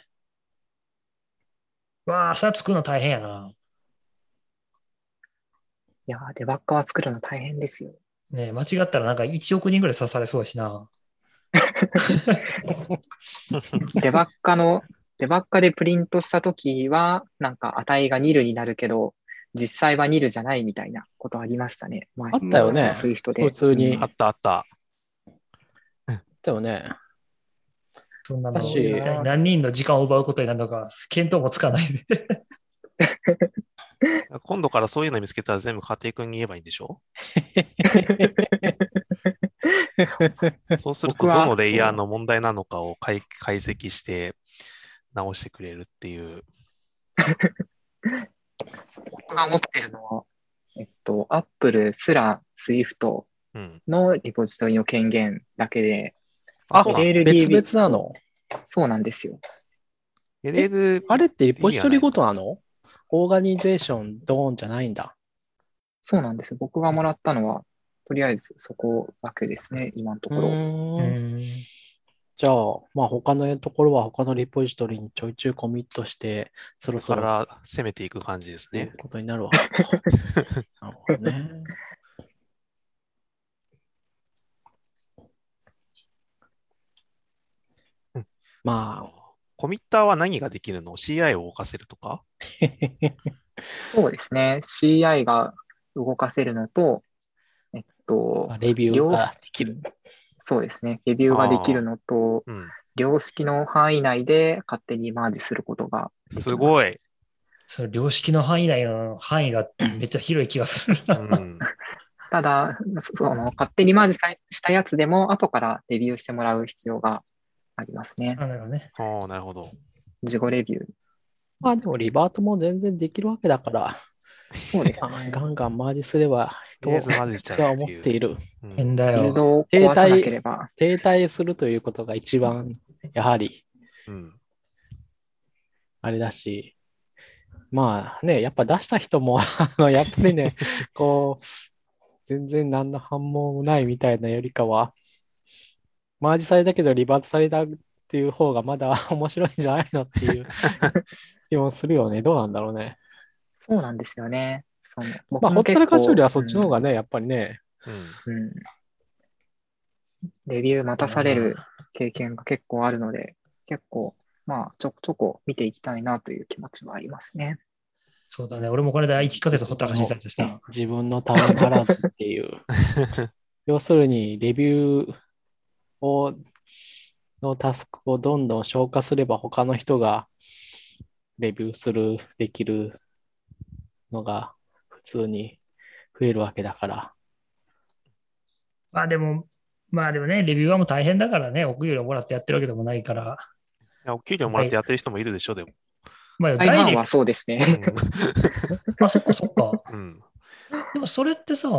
わあ、それは作るの大変やな。
いやー、デバッカー作るの大変ですよ。
ねえ間違ったらなんかいちおく人ぐらい刺されそうやしな。
デバッカの、デバッカでプリントしたときは、なんか値がニルになるけど、実際はニルじゃないみたいなことありましたね。前
あったよね。
スイフトで。
普通に。
うん
あっ
あったあった。
たよね。
そんなの
だし
一体何人の時間を奪うことになるのか、見当もつかないで。
今度からそういうの見つけたら全部家庭君に言えばいいんでしょそうすると、
僕は
どのレイヤーの問題なのかを解、解析して直してくれるっていう。
僕が持ってるのは、えっと、Apple すら Swift
うん。
のリポジトリの権限だけで、
あ、
あ
そうなの？
別
エルエルディービー
々なの？
そうなんですよ。
エルエル
あれってリポジトリご
と
となの？オーガニゼーションドーンじゃないんだ。
そうなんです。僕がもらったのは、とりあえずそこだけですね、今のと
う
ころ。
う
ーん。
ん。
じゃあ、まあ他のところは他のリポジトリにちょいちょいコミットして、そろそろっ
から攻めていく感じですね。
ていうことになるわけか。なるほどね。まあ、
コミッターは何ができるの？ シーアイ を動かせるとか？
そうですね。シーアイ が動かせるのと、えっと、
レビュー
量
ができる。
そうですね。レビューができるのと、
うん。
量式の範囲内で勝手にマージすることができます。
すごい。
その良識の範囲内の範囲がめっちゃ広い気がする
う
な。
ん。
ただ、その勝手にマージさしたやつでも、後からレビューしてもらう必要がありますね。
あなるほどね。
ああ、なるほど。
事後レビュー。
まあでもリバートも全然できるわけだから、
そうです
まあ
ね。
ガンガンマージすれば、
とりあえずマジしちゃ
私は思っ
うっていう。
ている。
うん
変だよ。
ビルドを壊さなければ、
停滞するということが一番、やはり、
うん。
あれだし、まあね、やっぱ出した人も、あのやっぱりね、こう、全然何の反応もないみたいなよりかは、マージされたけどリバートされたっていう方がまだ面白いんじゃないのっていう気もするよね。どうなんだろうね。
そうなんですよね。その
まあ、
僕
ほ
も結構
ったらかしよりはそっちの方がね、やっぱりね、
うん。
うん、うんレビュー待たされる経験が結構あるので、結構、まあ、ちょこちょこ見ていきたいなという気持ちはありますね。
そうだね。俺もこれでいっかげつほったらかしにされたしな。
自分のためならずっていう。要するに、レビューを、のタスクをどんどん消化すれば、他の人がレビューする、できるのが普通に増えるわけだから。
まあでも、まあでもね、レビューはもう大変だからね、お給料もらってやってるわけでもないから。
いや、お給料もらってやってる人もいるでしょ、でも。
まあ
大半は
ダイレク
そうですね。
ト、あ、そっかそっか。
うん。うん。
でもそれってさ、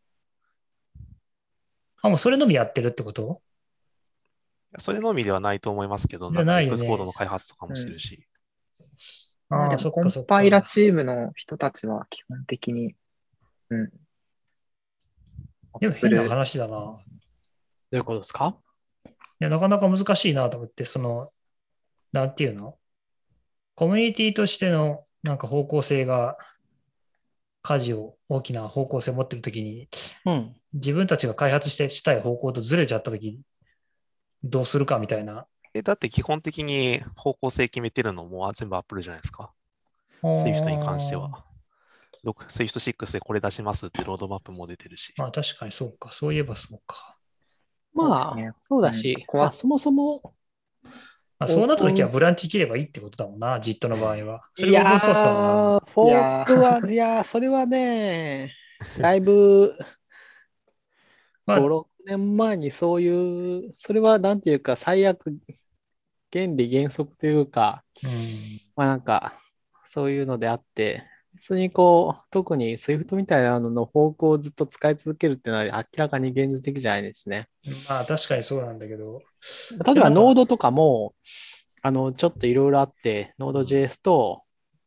あ、もうそれのみやってるってこと？
それのみではないと思いますけど、
じ
なんか
ゃないよね
X コードの開発とかもしてるし。
まあでも、
ああ、そっ
コン
かそっか。
パイラチームの人たちは基本的に、うん。
でも変な話だな。
どういうことですか？
いや、なかなか難しいなと思って、その、なんていうのコミュニティとしてのなんか方向性が、舵を大きな方向性を持ってるときに、
うん。
自分たちが開発してしたい方向とずれちゃったとき、どうするかみたいな。
え、だって基本的に方向性決めてるのも全部 Apple じゃないですか。
あー
Swift に関しては。ろく Swift シックスでこれ出しますってロードマップも出てるし。
まあ確かにそうか。そういえばそうか。
まあ、
そうですね
そうだし、
うんこわ
まあ、そもそも、
まあ、そうなったときはブランチ切ればいいってことだもんな、ジットの場合は。それ
いや
がオープンソースだもんな。
ー、フォークは、いやー、それはね、だいぶ
まあ
ご、ろくねんまえにそういう、それはなんていうか、最悪、原理原則というか、
うん。
まあなんか、そういうのであって、別にこう、特に Swift みたいなののフォークをずっと使い続けるっていうのは明らかに現実的じゃないですね。
まあ確かにそうなんだけど。
例えば
でもなんか
Node とかも、あの、ちょっといろいろあって、Node.js と、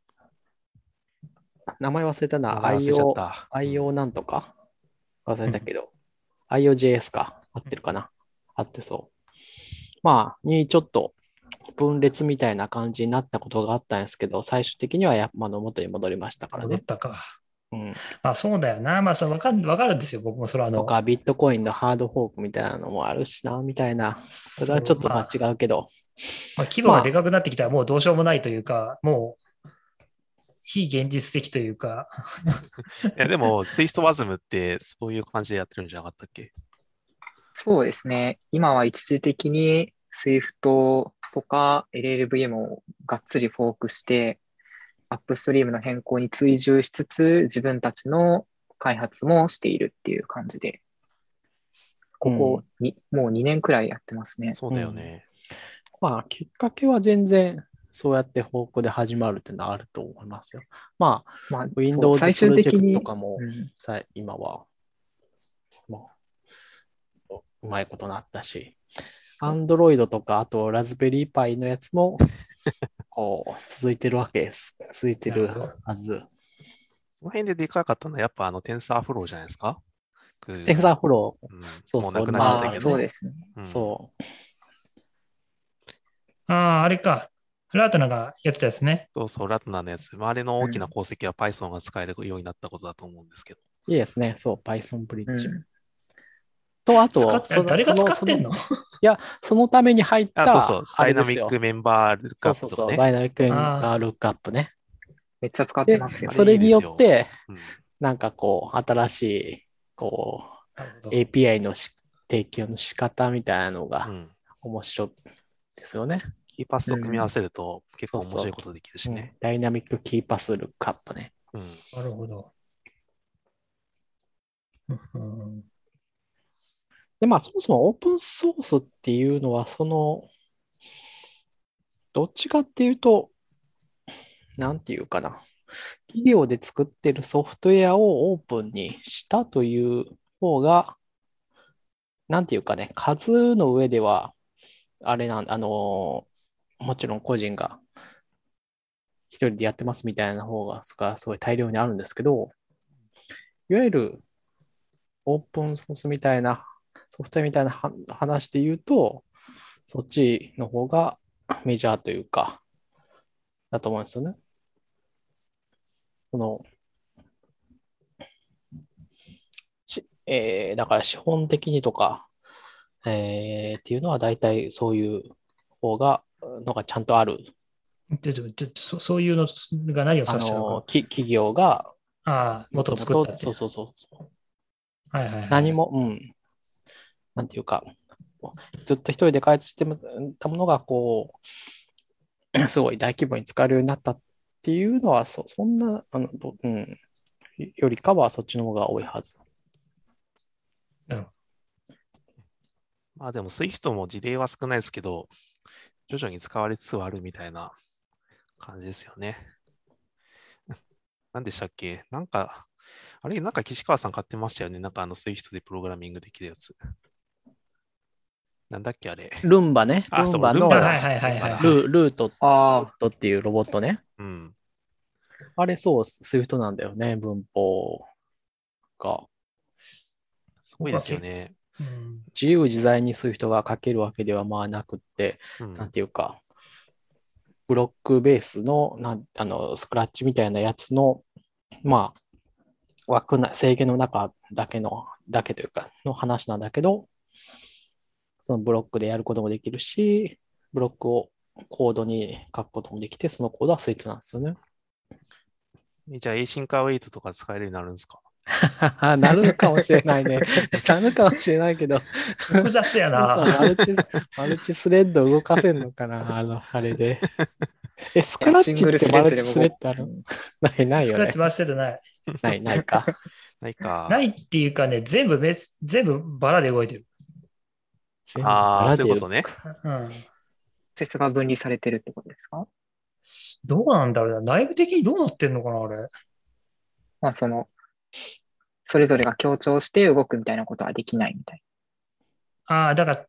名前忘れたな、
名前忘れちゃっ
IO、
た。
IO なんとか忘れたけど、IOJS か、合ってるかな。合ってそう。まあ、にちょっと分裂みたいな感じになったことがあったんですけど、最終的にはやあの元に戻りましたからね。
戻ったか。
うん。
あ、そうだよな。まあ、そうわかる、わかるんですよ。僕もそれはあの、
とか、ビットコインのハードフォークみたいなのもあるしな、みたいな。それはちょっとまあ違うけど。
まあ、規模がでかくなってきたらもうどうしようもないというか、もう非現実的というか。
いや、でも、Swift ワズムってそういう感じでやってるんじゃなかったっけ？
そうですね。今は一時的に Swift とか エルエルブイエム をがっつりフォークして、アップストリームの変更に追従しつつ、自分たちの開発もしているっていう感じで、 ここに、もうにねんくらいやってますね。
そうだよね。
まあ、きっかけは全然そうやってフォークで始まるっていうのはあると思いますよ。まあ、
まあ、そう
Windows
最
プロジェクト
終的に、
とかも
うん
さ、今は、まあ、うまいことなったし、Android とか、あとラズベリーパイのやつも、こう、続いてるわけです。続いてるはず。
その辺ででかかったのはやっぱあのテンサーフローじゃないですか。
テンサーフロー、
うん、
そうそう、
もうなくなっちゃった
ああ、
けど。
そうですね。
うん
そう。
ああ、あれか。ラートナがやってたやつね。
そうそう、ラトナのやつ。まあ、あれの大きな功績は Python が使えるようになったことだと思うんですけど。
いいですね。そう、Python ブリッジ。
うん
と、あ
使
と、
っ誰が使ってんの？
いや、そのために入った、
あ、そうそう、
あ
ダイナ
れですよ。
ミックメンバールックアッ
そうそうそう、
プとかね。
ダイナミックメン
あー
バールックアップね。
めっちゃ使って
で
ますよ。
あれ
それによって、
うん
なんかこう、新しい、こ
なるほど
う、エーピーアイ のし提供の仕方みたいなのが
うん。
面白いですよね。
キーパスと組み合わせると結構面
そうそう
白いことできるし
うん
ね。
ダイナミックキーパスルックアップね。
うん。
なるほど。うん
で、まあ、そもそもオープンソースっていうのは、その、どっちかっていうと、なんていうかな。企業で作ってるソフトウェアをオープンにしたという方が、なんていうかね、数の上では、あれなん、あの、もちろん個人が一人でやってますみたいな方が、すごい大量にあるんですけど、いわゆるオープンソースみたいな、ソフトウェアみたいなは話で言うと、そっちの方がメジャーというか、だと思うんですよね。その、しえーだから資本的にとか、えーっていうのは大体そういう方が、のがちゃんとある。
ちょちょちょそそういうのが何を
あ
指してるのか。
の、き企業が
ああ、
も
元
ともと、
を作ったって。
そうそうそう。
はいはいはい。
何も、うん、なんていうか、ずっと一人で開発してたものが、こう、すごい大規模に使えるようになったっていうのは、そそんな、あの、どうん、よりかはそっちの方が多いはず。
まあでも Swift も事例は少ないですけど、徐々に使われつつあるみたいな感じですよね。何でしたっけなんか、あれ、なんか岸川さん買ってましたよね。なんかあの Swift でプログラミングできるやつ。なんだっけあれ。
ルンバね。
あ、
ルンバの
そうルンバだ
はいはいはいはい
ルンバだ
ルルート
ああ、
っていうロボットね。
うん。
あれそう、Swift なんだよね、文法が。
すごいですよね。
うん
自由自在にSwiftが書けるわけではまあなくって、
うん。
なんていうか、ブロックベースの、なんあの、スクラッチみたいなやつの、まあ、枠な、制限の中だけの、だけというか、の話なんだけど、そのブロックでやることもできるし、ブロックをコードに書くこともできて、そのコードはSwiftなんですよね。
じゃあ Async Await とか使えるようになるんですか？
なるかもしれないね。なるかもしれないけど。
複雑やな。
そうそうマルチ、マルチスレッド動かせんのかな、あの、あれで。え、スクラッチってマルチスレッドあるない、ないよね
スクラッチ。回しててない。
ない、ないか。
ないか。
ないっていうかね、全部別、全部バラで動いてる。
全部
ああ、
バラで
そういうことね。
うん。
説が分離されてるってことですか？
どうなんだろうな。内部的にどうなってんのかな、あれ。
まあ、その、それぞれが強調して動くみたいなことはできないみたい
ああ、だから、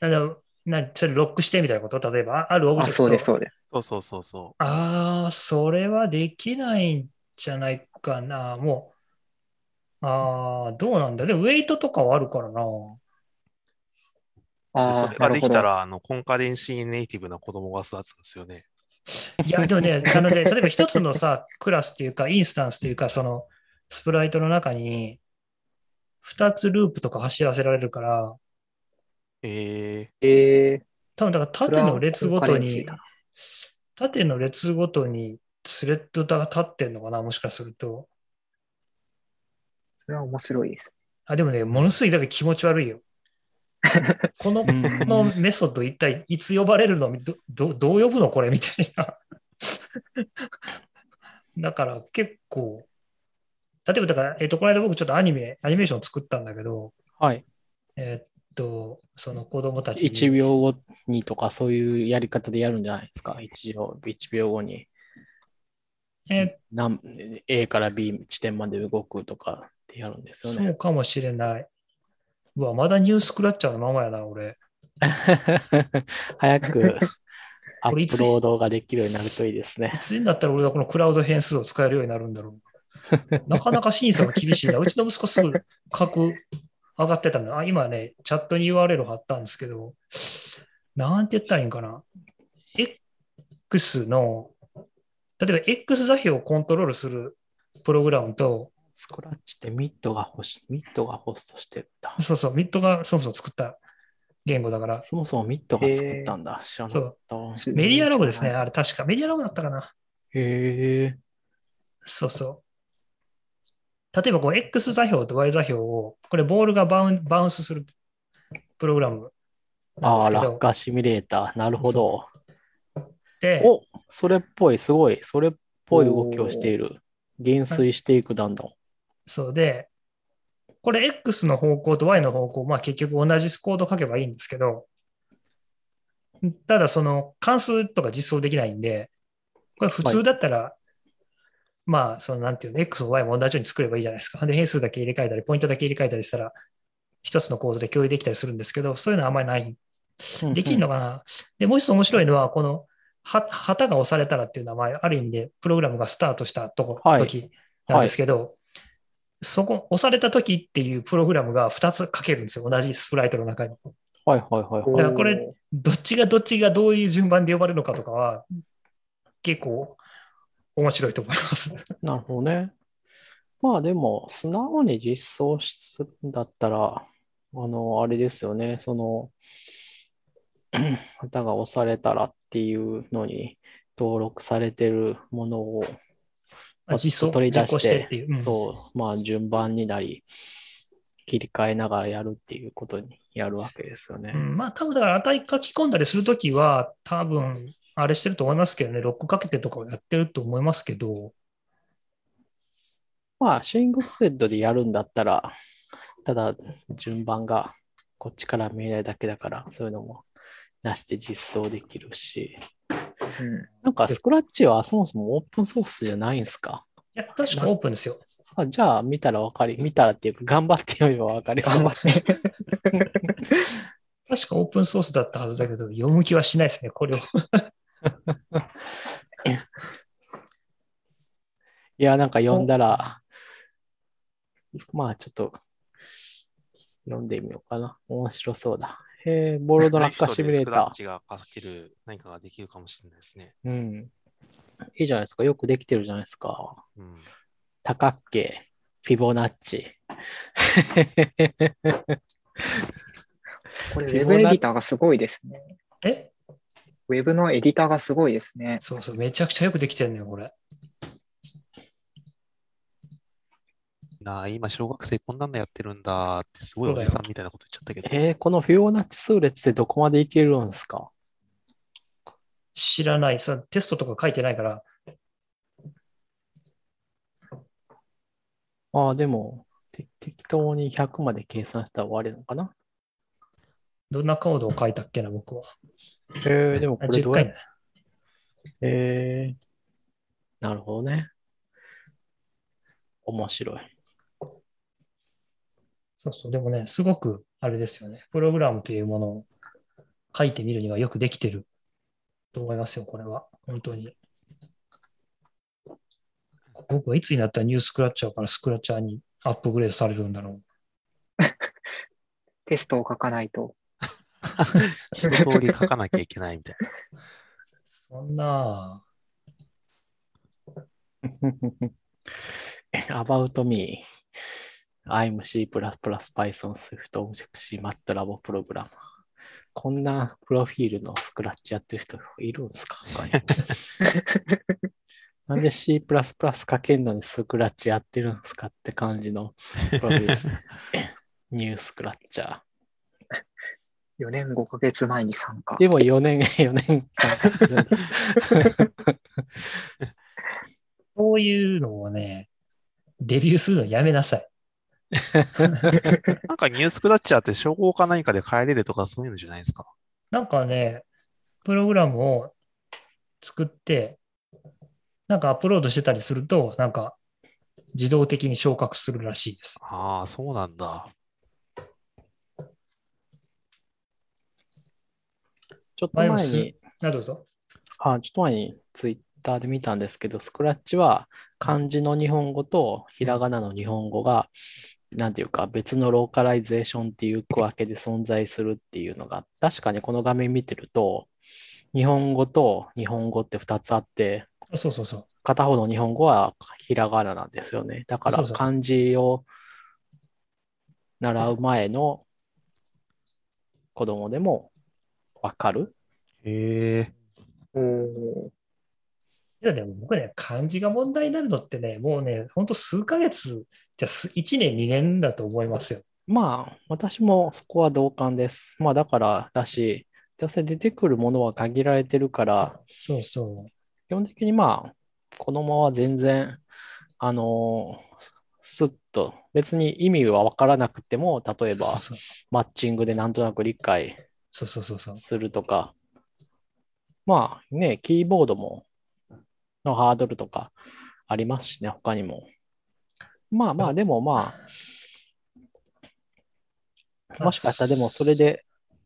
あのなそれロックしてみたいなこと例えば、あるオブ
な。あ、
ジェクト。
そうです、そうです。
そうそうそうそ
ああ、それはできないんじゃないかな。もう、ああ、どうなんだ。でも、ウェイトとかはあるからな。
う。で、
ああ、
それが
なるほど。
できたら、あの、コンカデンシーネイティブな子供が育つんですよね。
いや、でもね、あのね、例えば一つのさ、クラスっていうか、インスタンスっていうか、その、スプライトの中に、二つループとか走らせられるから、
え
ええ、
多分だから
それは
縦の列
コンカ
ごとに
レンシーだな。、
縦の列ごとにスレッドが立ってんのかな、もしかすると。
それは面白いです。
あ、でもね、ものすごいだけ気持ち悪いよ。この、このメソッド一体いつ呼ばれるのど、どどう呼ぶのこれみたいな。だから結構、例えばだから、えっと、この間僕ちょっとアニメ、アニメーションを作ったんだけど、
はい。
えーっと、その子供たちに。
いちびょうごにとかそういうやり方でやるんじゃないですか。一応、いちびょうごに
え
何 A から B 地点まで動くとかってやるんですよね。
そうかもしれない。うわ、まだニュースクラッチャーのままやな、俺。
早くア
これいつ
ップロードができるようになるといいです
い
ね。
つになったら俺はこのクラウド変数を使えるようになるんだろう。なかなか審査が厳しいな。うちの息子すぐ書く、上がってたの。あ、今ね、チャットに ユーアールエル 貼ったんですけど、なんて言ったらいいんかな。X の、例えば X 座標をコントロールするプログラムと、
スクラッチってミッドがホスミッドがホストしてるんだ。
そうそう、ミッドがそもそも作った言語だから、
そもそもミッドが作ったんだ。知らなかった。
メディアログですね。あれ確かメディアログだったかな。
へえ。
そうそう。例えばこう X 座標と Y 座標を、これボールがバウンバウンスするプログラムなんで
ああ、
すけど、
落下シミュレーター。なるほど。
で、
お、それっぽい、すごい、それっぽい動きをしている。減衰していくだんだん。
そうで、これ X の方向と Y の方向、まあ結局同じコード書けばいいんですけど、ただその関数とか実装できないんで、これ普通だったら、まあそのなんていうの、X も Y も同じように作ればいいじゃないですか。で、変数だけ入れ替えたり、ポイントだけ入れ替えたりしたら、一つのコードで共有できたりするんですけど、そういうのはあんまりない。できるのかな。で、もう一つ面白いのは、このは旗が押されたらっていうのは、まあ、ある意味でプログラムがスタートしたとこ、
はい
時なんですけど、そこ、押された時っていうプログラムがふたつ書けるんですよ。同じスプライトの中に。
はいはいはいはい。
だからこれ、どっちがどっちがどういう順番で呼ばれるのかとかは、結構面白いと思います。
なるほどね。まあでも、素直に実装するんだったら、あの、あれですよね。その、旗が押されたらっていうのに登録されてるものを
まあ実装
取り出
実行
し
しててっていう。うん
そう、まあ順番になり、切り替えながらやるっていうことにやるわけですよね。
うん、まあ多分だから値書き込んだりするときは、多分あれしてると思いますけどね、ロックかけてとかをやってると思いますけど、
まあ、シングルスレッドでやるんだったら、ただ順番がこっちから見えないだけだから、そういうのも出して実装できるし、
うん、
なんかスクラッチはそもそもオープンソースじゃないんですか？
いや、確かオープンですよ。
あ、じゃあ見たらわかり、見たらっていうか頑張って読めばわかりそう。
頑張って。
確かオープンソースだったはずだけど、読む気はしないですね、これを。
いや、なんか読んだら、まあちょっと読んでみようかな。面白そうだ。へえ、ボールド落下シミュレー
スクラッ
タ
チが書ける何かができるかもしれないですね。
ー。うん。いいじゃないですか。よくできてるじゃないですか。
うん、
多角形、フィボナッチ。
これ、ウェブエディターがすごいですね。
え
ウェブのエディターがすごいですね。
そうそう、めちゃくちゃよくできてるね、これ。
なあ、今、小学生こんなんのやってるんだって、すごいおじさんみたいなこと言っちゃったけど。
えー、このフィボナッチ数列ってどこまでいけるんですか？
知らない。それテストとか書いてないから。
ああ、でも、て適当にひゃくまで計算したら終わりなのかな？
どんなコードを書いたっけな、僕は。
えー、でもこれ
10
どうやっ
回。
えー、なるほどね。面白い。
そうそう、でもね、すごくあれですよね。プログラムというものを書いてみるにはよくできてると思いますよ、これは。本当に。僕はいつになったらニュースクラッチャーからスクラッチャーにアップグレードされるんだろ
テストを書かないと。
一通り書かなきゃいけないみたいな。
う。そんな、
About me. I'm C++, Python, Swift, Objective-C, MATLAB プログラマー。こんなプロフィールのスクラッチやってる人いるんですか？なんで C++ 書けんのにスクラッチやってるんですかって感じのプロフィールですね。ニュースクラッチャー。
よねんごかげつまえに参加。
でもよねん、よねん参加してるんだ。
そういうのをね、デビューするのやめなさい。
なんかニュースクラッチャーって称号か何かで変えれるとかそういうのじゃないですか。
なんかね、プログラムを作って、なんかアップロードしてたりすると、なんか自動的に昇格するらしいです。
ああ、そうなんだ。
ちょっと
まあでもす、
前に、
あ、どうぞ。
あ、ちょっと前にツイッターで見たんですけど、スクラッチは漢字の日本語とひらがなの日本語が、なんていうか別のローカライゼーションっていう区分けで存在するっていうのが、確かにこの画面見てると、日本語と日本語ってふたつあって、
そうそうそう。
片方の日本語はひらがななんですよね。だか
そうそう。
ら漢字を習う前の子供でもわかる。
へえ。
おー
いやでも僕ね、漢字が問題になるのってね、もうね、ほんと数ヶ月、じゃすいちねん、にねんだと思いますよ。
まあ、私もそこは同感です。まあ、だからだし、どうせ出てくるものは限られてるから、
そうそ
基本的にまあ、子供は全然、あのすっと、別に意味は分からなくても、例え
う。そう
ば、
そう。
マッチングでなんとなく理解
そうそうそうそう。
するとか、まあね、キーボードも、のハードルとかありますしね、他にも。まあまあ、でもまあ、もしかしたらでもそれで、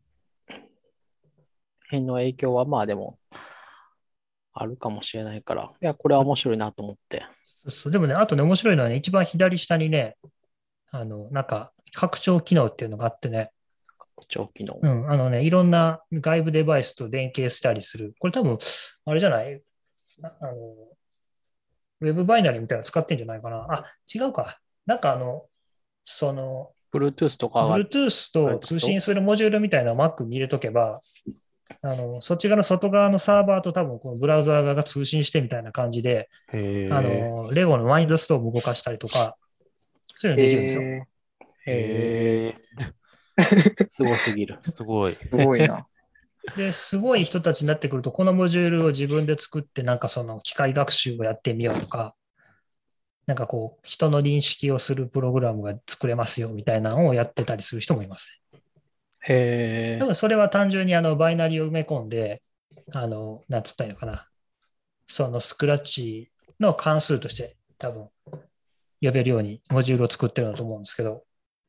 変の影響はまあでも、あるかもしれないから、いや、これは面白いなと思って。
そうそうでもね、あとね、面白いのはね、一番左下にね、あの、なんか、拡張機能っていうのがあってね、
拡張機能。
うん、あのね、いろんな外部デバイスと連携したりする。これ多分、あれじゃないあの、ウェブバイナリーみたいなの使ってんじゃないかな。あ、違うか。なんかあの、その、
Bluetooth とかが
Bluetooth
あるっ
と
てこと？
通信するモジュールみたいなのを Mac に入れとけば、あの、そっち側の外側のサーバーと多分このブラウザー側が通信してみたいな感じで、
へ
あ
え。
の、レゴのマインドストーム動かしたりとか、そういうのできるんですよ。
え
へえ、
へえ。
すごすぎる。
すごい。
ー、すごいな。
で、すごい人たちになってくると、このモジュールを自分で作って、なんかその機械学習をやってみようとか、なんかこう、人の認識をするプログラムが作れますよみたいなのをやってたりする人もいますね。多
へえ、
分それは単純にあのバイナリーを埋め込んで、あの、なんつったらいいのかな。そのスクラッチの関数として多分呼べるようにモジュールを作ってるんだと思うんですけど、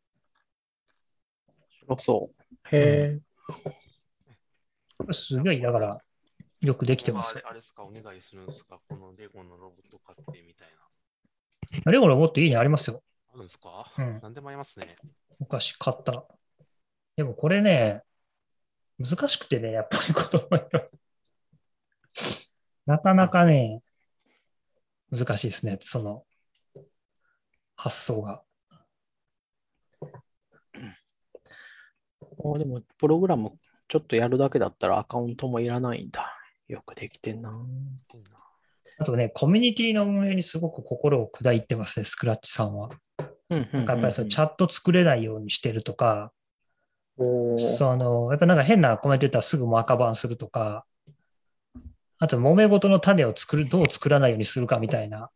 面白そう。へえ、
これすごい、だからよくできてますよ。
あれですか、お願いするんですか、このレゴのロボット買ってみたい
レゴロボットいいねありますよ。
な。あるんですか？
うん。
何でもありますね。
昔買った。でもこれね、難しくてね、やっぱり子供にはなかなかね、難しいですね。その発想が。
おでも、プログラムちょっとやるだけだったらアカウントもいらないんだ。よくできてんな。
いいな。
あとね、コミュニティの運営にすごく心を砕いてますね、スクラッチさんは。
うんうん
なんかやっぱりそ
うん
のチャット作れないようにしてるとか、
おー
その、やっぱなんか変なコメント言ったらすぐもう赤バンするとか、あと揉め事の種を作る、どう作らないようにするかみたいな。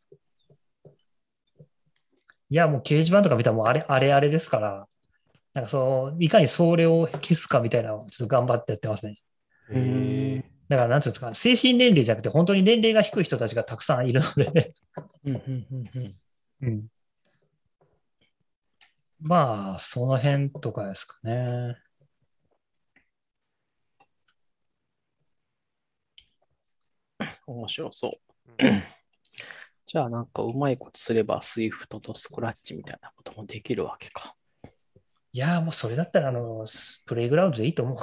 いや、もう掲示板とか見たらもうあれ、あれあれですから、なんかそう、いかにそれを消すかみたいなのをちょっと頑張ってやってますね。
へえ。
だからなんつうんですか、精神年齢じゃなくて本当に年齢が低い人たちがたくさんいるので、
うんうんうんうん。
うんまあ、その辺とかですかね。
面白そう。
うん
じゃあなんかうまいことすれば Swift とスクラッチみたいなこともできるわけか。
いやー、もうそれだったら、あの、スプレイグラウンドでいいと思う。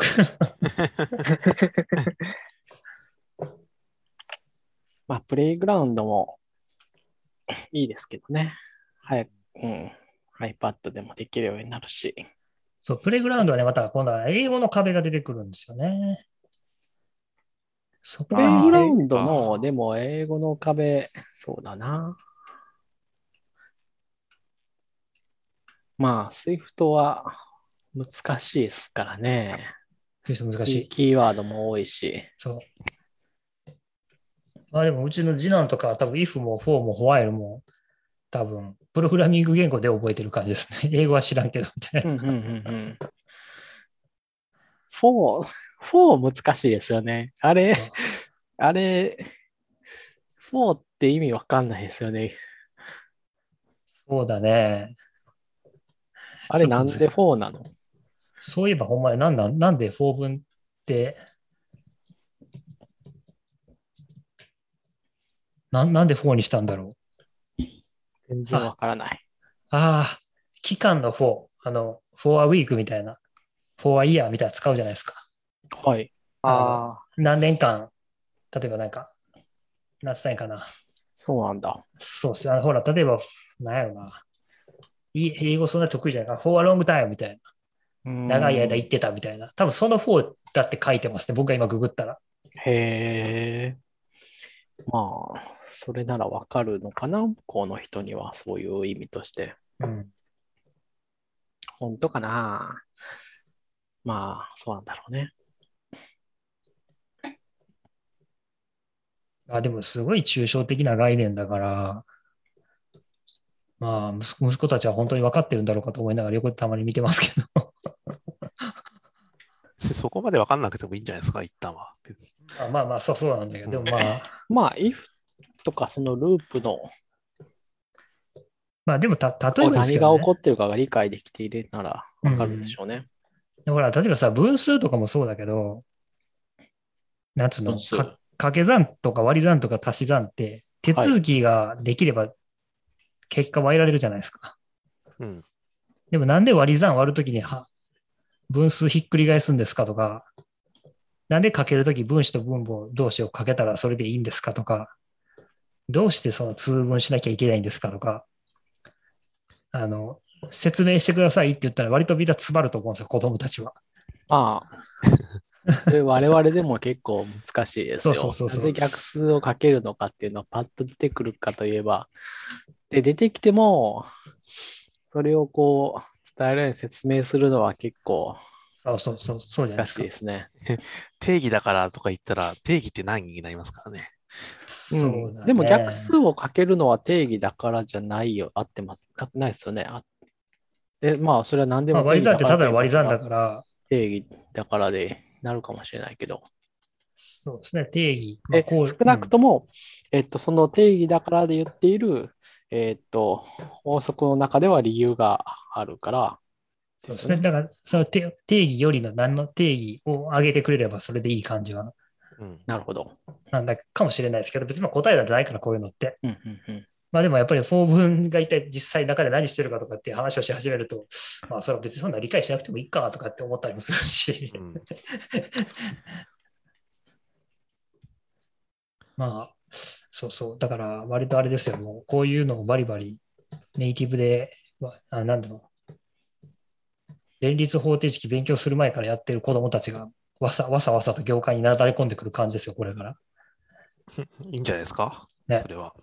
まあ、プレイグラウンドもいいですけどね。早く、うん。iPad でもできるようになるし。
そう、プレイグラウンドはね、また今度は英語の壁が出てくるんですよね。そこがね、
プレイグラウ
え
ンドの、
あー
でも英語の壁、そうだな。まあ、Swift は難しいですからね。
難し
キー、
い。
キーワードも多いし。
そう。まあでも、うちの次男とかは多分 if も for も while も多分、プログラミング言語で覚えてる感じですね。英語は知らんけど、みたいな。
うんうんうんうん。フォー、フォー難しいですよね。あれ、あれ、フォーって意味わかんないですよね。
そうだね。
あ
ちょっとず
れなんでフォーなの？
そういえば、ほんまになんなん、なんでフォー分って、なん、なんでフォーにしたんだろう。
全然わ
あ、
からない。
ああ、期間のフォー、あの、フォー a week みたいな、フォー a year みたいなの使うじゃないですか。
はい。
あの、
あ
何年間、例えばなんか、何歳かな。
そうなんだ。
そうっす。あの、ほら、例えば、なんやろな。い英語そんな得意じゃないから、フォー a long time みたいな。
うー
長い間言
ん。
ってたみたいな。多分そのフォーだって書いてますね。僕が今ググったら。
へえ。まあ、それならわかるのかな、向こうの人には、そういう意味として。
うん。
本当かな。まあ、そうなんだろうね。
あ、でもすごい抽象的な概念だから、まあ、息子息子たちは本当に分かってるんだろうかと思いながら横でたまに見てますけど。
そこまで分かんなくてもいいんじゃないですか、一旦は。
まあまあまあ、そうそうなんだけど、でもまあ、
まあ、if とかそのループの
まあでもた、例え
こう
ばですけどね。
何が起こってるかが理解できているならわかるでしょうね。
でほら、例えばさ、分数とかもそうだけど、なんつうの、
分数。
か掛け算とか割り算とか足し算って、手
はい。
続きができれば結果は得られるじゃないですか。
うん。
でもなんで割り算割るときには分数ひっくり返すんですかとか、なんでかけるとき分子と分母同士をかけたらそれでいいんですかとか、どうしてその通分しなきゃいけないんですかとか、あの、説明してくださいって言ったら割とみんな詰まると思うんですよ、子供たちは。
まあ、それ我々でも結構難しいで
そう
すよ。
そうそうそう。
なぜ逆数をかけるのかっていうのはパッと出てくるかといえば、で、出てきても、それをこう、伝えられる説明するのは結構
そうそうそう、そうじゃない
難しい
ですか。
ですね。
定義だからとか言ったら、定義って何になりますからね。
う
そう
ん。でも逆
だね。
数をかけるのは定義だからじゃないよ。合ってます。なないですよね。あで、まあ、それは何で
まあ、
も定
割り算ってた
義だからと
だの割り算
言えばそれは
だから、
定義だからでなるかもしれないけど。
そうですね、定義。まあ、
で、
こう、
少なく
うん、
とも、えっと、その定義だからで言っている、えっと、法則の中では理由があるから
そうですね。
ですよね。
だから、その定定義よりの何の定義を上げてくれればそれでいい感じは、
うん。
なるほど。
なんだかもしれないですけど、別にまあ答えなんてないから、こういうのって。
うんうんうん。
まあでもやっぱり法文が一体実際中で何してるかとかっていう話をし始めると、まあそれは別にそんな理解しなくてもいいかとかって思ったりもするし、
うん。
まあ、そうそう。だから割とあれですよ、もうこういうのをバリバリネイティブで、わあなんだろう、連立方程式勉強する前からやってる子供たちがわさわさわさと業界になだれ込んでくる感じですよ、これから。
いいんじゃないですか、
ね。
それは。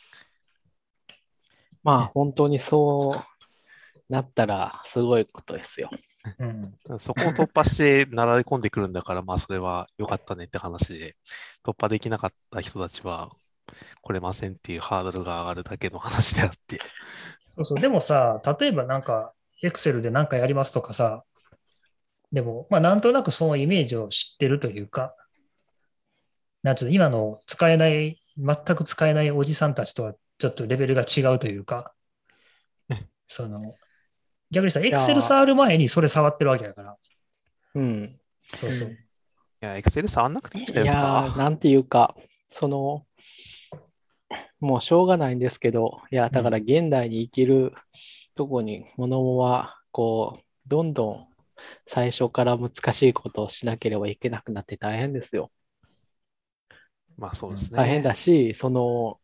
まあ、本当にそうなったらすごいことですよ。
うん。
そこを突破してなだれ込んでくるんだから、まあそれは良かったねって話で、突破できなかった人たちは来れませんっていうハードルが上がるだけの話であって。
そうそう。でもさ、例えばなんか、Excel で何かやりますとかさ、でも、まあなんとなくそのイメージを知ってるというか、なんつうの、今の使えない、全く使えないおじさんたちとはちょっとレベルが違うというか、その、逆にさ、
いや
Excel
ー、
触る前にそれ触ってるわけだから。
うん。
そうそう。
いや、エクセル触んなくていいんじゃない
い
です
やー、
か。
なんていうか、その、もうしょうがないんですけど、いや、だから現代に生きるとこに物は、こう、どんどん最初から難しいことをしなければいけなくなって大変ですよ。
まあそうです
大変
ね。
だし、その、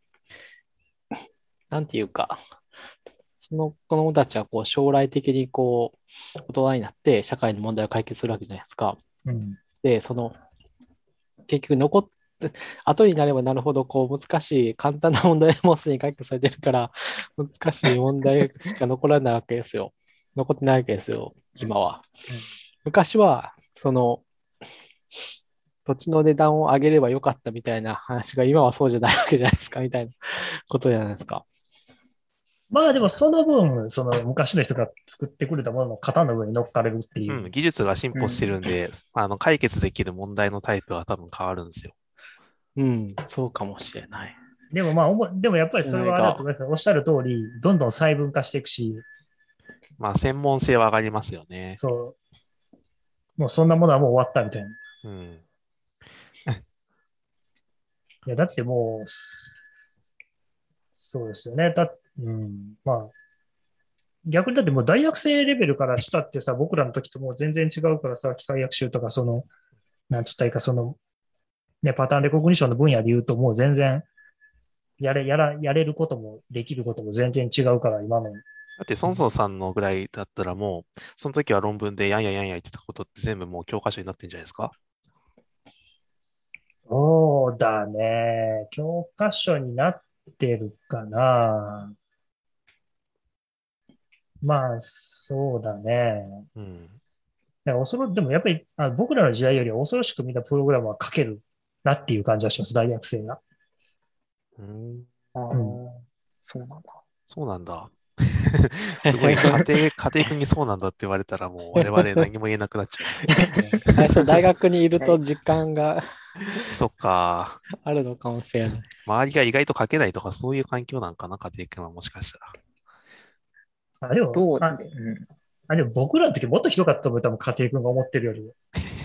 なんていうか、その子供たちはこう将来的にこう大人になって社会の問題を解決するわけじゃないですか。
うん。
で、その結局残って、後になればなるほどこう難しい簡単な問題もすでに解決されてるから難しい問題しか残らないわけですよ。残ってないわけですよ、今は。
うん
昔はその土地の値段を上げればよかったみたいな話が今はそうじゃないわけじゃないですかみたいなことじゃないですか。
まあでもその分、その昔の人が作ってくれたものの型の上に乗っかれるっていう。
うん、技術が進歩してるんで、あの解決できる問題のタイプは多分変わるんですよ。
うん、そうかもしれない。
でもまあ、おもでもやっぱりそれはあれだと
そ
思います。おっしゃる通り、どんどん細分化していくし、
まあ、専門性は上がりますよね。
そう、もうそんなものはもう終わったみたいな。い
うん。
や、だってもう、そうですよね。だ、うん、まあ、逆にだってもう大学生レベルからしたってさ、僕らの時ともう全然違うからさ、機械学習とかその、なんつったらいいか、その、ね、パターンレコグニションの分野で言うともう全然、やれ、やら、やれることもできることも全然違うから、今の。
だって、ソンソンさんのぐらいだったらもう、その時は論文でやんややんや言ってたことって全部もう教科書になってんじゃないですか？
そうだね。教科書になってるかな。まあ、そうだね。
うん。
だから恐ろ、でもやっぱりあ僕らの時代よりは恐ろしく見たプログラムは書けるなっていう感じはします、大学生が。
うん、
ああ、
うん。
そうなんだ。
そうなんだ。すごい、家庭、家庭君にそうなんだって言われたらもう我々何も言えなくなっちゃ
最初大学にいると時間が
う。そっか。
あるのかもしれない。
周りが意外と書けないとかそういう環境なんかな、家庭君はもしかしたら。
あ、でも、
どう、
あ、
うん、
あ、でも僕らの時もっとひどかったと思う、多分家庭君が思ってるよりも。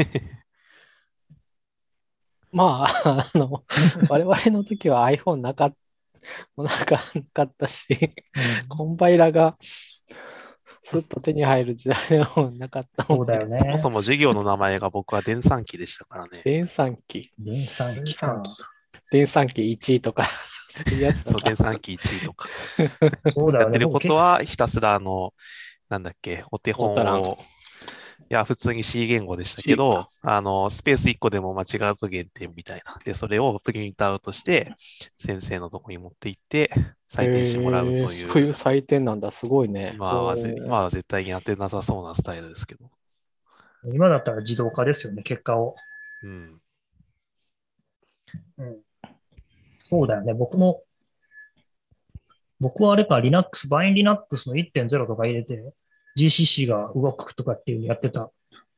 まあ、あの、我々の時は iPhone なかっなかなかったし、
うん。
コンパイラがすっと手に入る時代でもなかった
そうだ
ので、
よね。
そもそも授業の名前が僕は電算機でしたからね。
電算機、
電算機か。
電算機。
電算機いちとか、そういうやつだ
そう、
った。
電算機いちいとか。
そうだよね。
やってる
僕け、
ことはひたすらあの、なんだっけ、お手
オータラン
本を、いや、普通に C 言語でしたけ
C
ど
か、
あの、スペースいっこでも間違うと減点みたいな。で、それをプリントアウトして、先生のとこに持って行って、採点してもらう
へえ、
とい
そういう
う、
採点なんだ、すごいね。
今はぜ、今は絶対にやってなさそうなスタイルですけど。
今だったら自動化ですよね、結果を。
うん。
うん。そうだよね。僕も、僕はあれか、Linux、バイン Linux のいってんゼロとか入れて、ジーシーシー が動くとかっていうのやってた。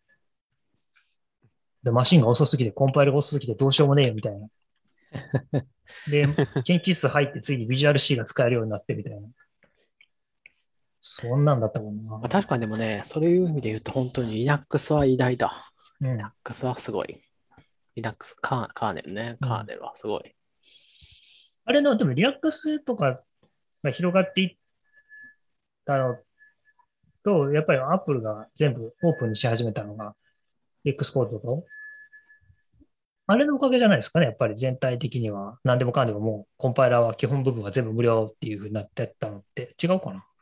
で、マシンが遅すぎて、コンパイルが遅すぎてどうしようもねえよみたいな。で、研究室入ってついに Visual C が使えるようになってみたいな。そんなんだったもんな。
まあ、確かにでもね、そういう意味で言うと本当に Linux は偉大だ。
うん。
Linux はすごい。Linux、カーカーネルね。カーネルはすごい。
あれの、でも Linux とかが広がっていったのと、やっぱり Apple が全部オープンにし始めたのが X コードと、あれのおかげじゃないですかね。やっぱり全体的には何でもかんでももうコンパイラーは基本部分は全部無料っていう風になってったのって違うかな。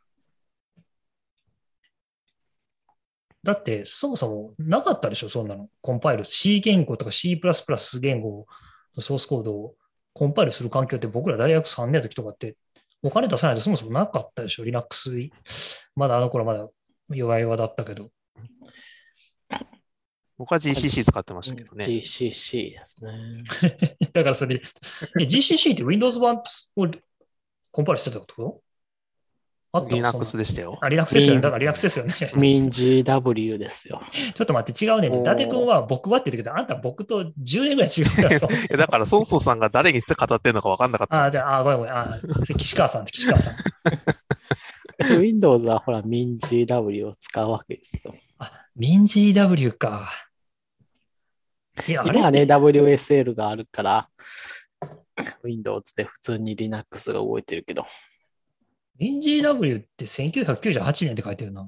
だってそもそもなかったでしょ、そんなの。コンパイル C 言語とか C++ 言語のソースコードをコンパイルする環境って僕ら大学さんねんの時とかってお金出さないとそもそもなかったでしょ。Linux、まだあの頃まだ弱々だったけど。
僕は ジーシーシー 使ってましたけどね。
ジーシーシー ですね。
だからそれで、え ジーシーシー って Windows 版をコンパイルしてたことあったそんな
Linux でしたよ。
あ、Linux ですよね。だから Linux ですよね。
ミン ジーダブリュー ですよ。
ちょっと待って、違うね。伊達君は僕はって言ってたけど、あんた僕とじゅうねんぐらい違うから。
いやだから、ソンソンさんが誰に語ってるのか分かんなかった
あ、
んですよ。
じゃあ、あごめんごめん。あ、岸川さん、岸川さん。
Windows はほら ミン ジーダブリュー を使うわけですよ。
あ、ミン ジーダブリュー か。いや、あれ
今はね、
って
ダブリューエスエル があるから、Windows で普通に Linux が動いてるけど。
ミン ジーダブリュー ってせんきゅうひゃくきゅうじゅうはちねんって書いてるな。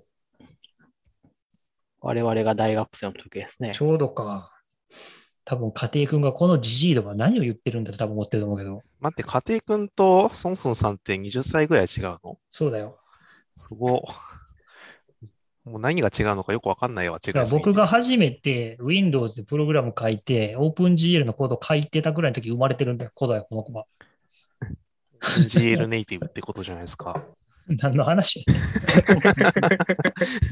我々が大学生の時ですね
ち。ょうどか。多分、家庭君がこのジジイ度が何を言ってるんだって多分思ってると思うけど。
待って、家庭君とソンソンさんってにじゅっさいぐらい違うの？
そうだよ。
すご。もう何が違うのかよくわかんないわ、違い
だから
すぎて。
僕が初めて Windows でプログラム書いて、OpenGL のコード書いてたぐらいの時生まれてるんだよ、子だよ、この子は。
ジーエル ネイティブってことじゃないですか。
何の話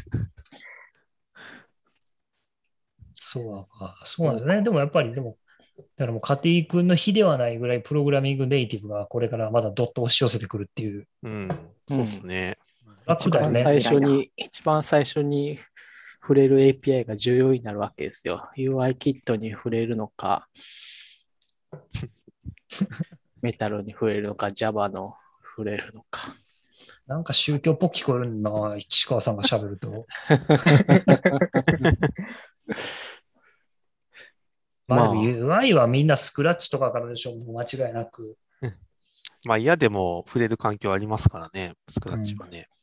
そうか、そうなんですね。でもやっぱり、でも、 からもう家庭君の比ではないぐらいプログラミングネイティブがこれからまだどっと押し寄せてくるっていう。
うん、そうですね。
一
楽だよね。
番最初に、一番最初に触れる エーピーアイ が重要になるわけですよ。ユーアイ キットに触れるのか、メタルに触れるのか、Java の触れるのか。
なんか宗教っぽく聞こえるな、岸川さんが喋ると。まあでも ユーアイ はみんなスクラッチとかからでしょ、もう間違いなく。
まあ嫌でも触れる環境ありますからね、スクラッチはね。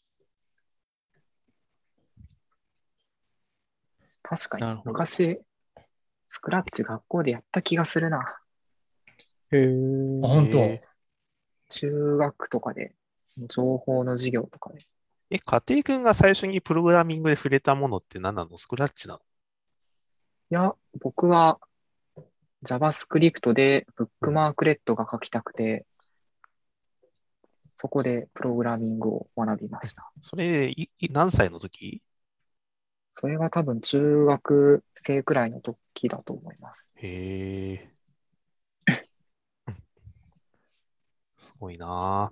確かに
なるほど
昔、スクラッチ学校でやった気がするな。
へ
あ、
ー
本当。
え
中学とかで、情報の授業とかで。
え、家庭君が最初にプログラミングで触れたものって何なの？スクラッチなの？
いや、僕は JavaScript でブックマークレットが書きたくて、そこでプログラミングを学びました。
それ、いい何歳の時？
それが多分中学生くらいの時だと思います。
へえ。すごいな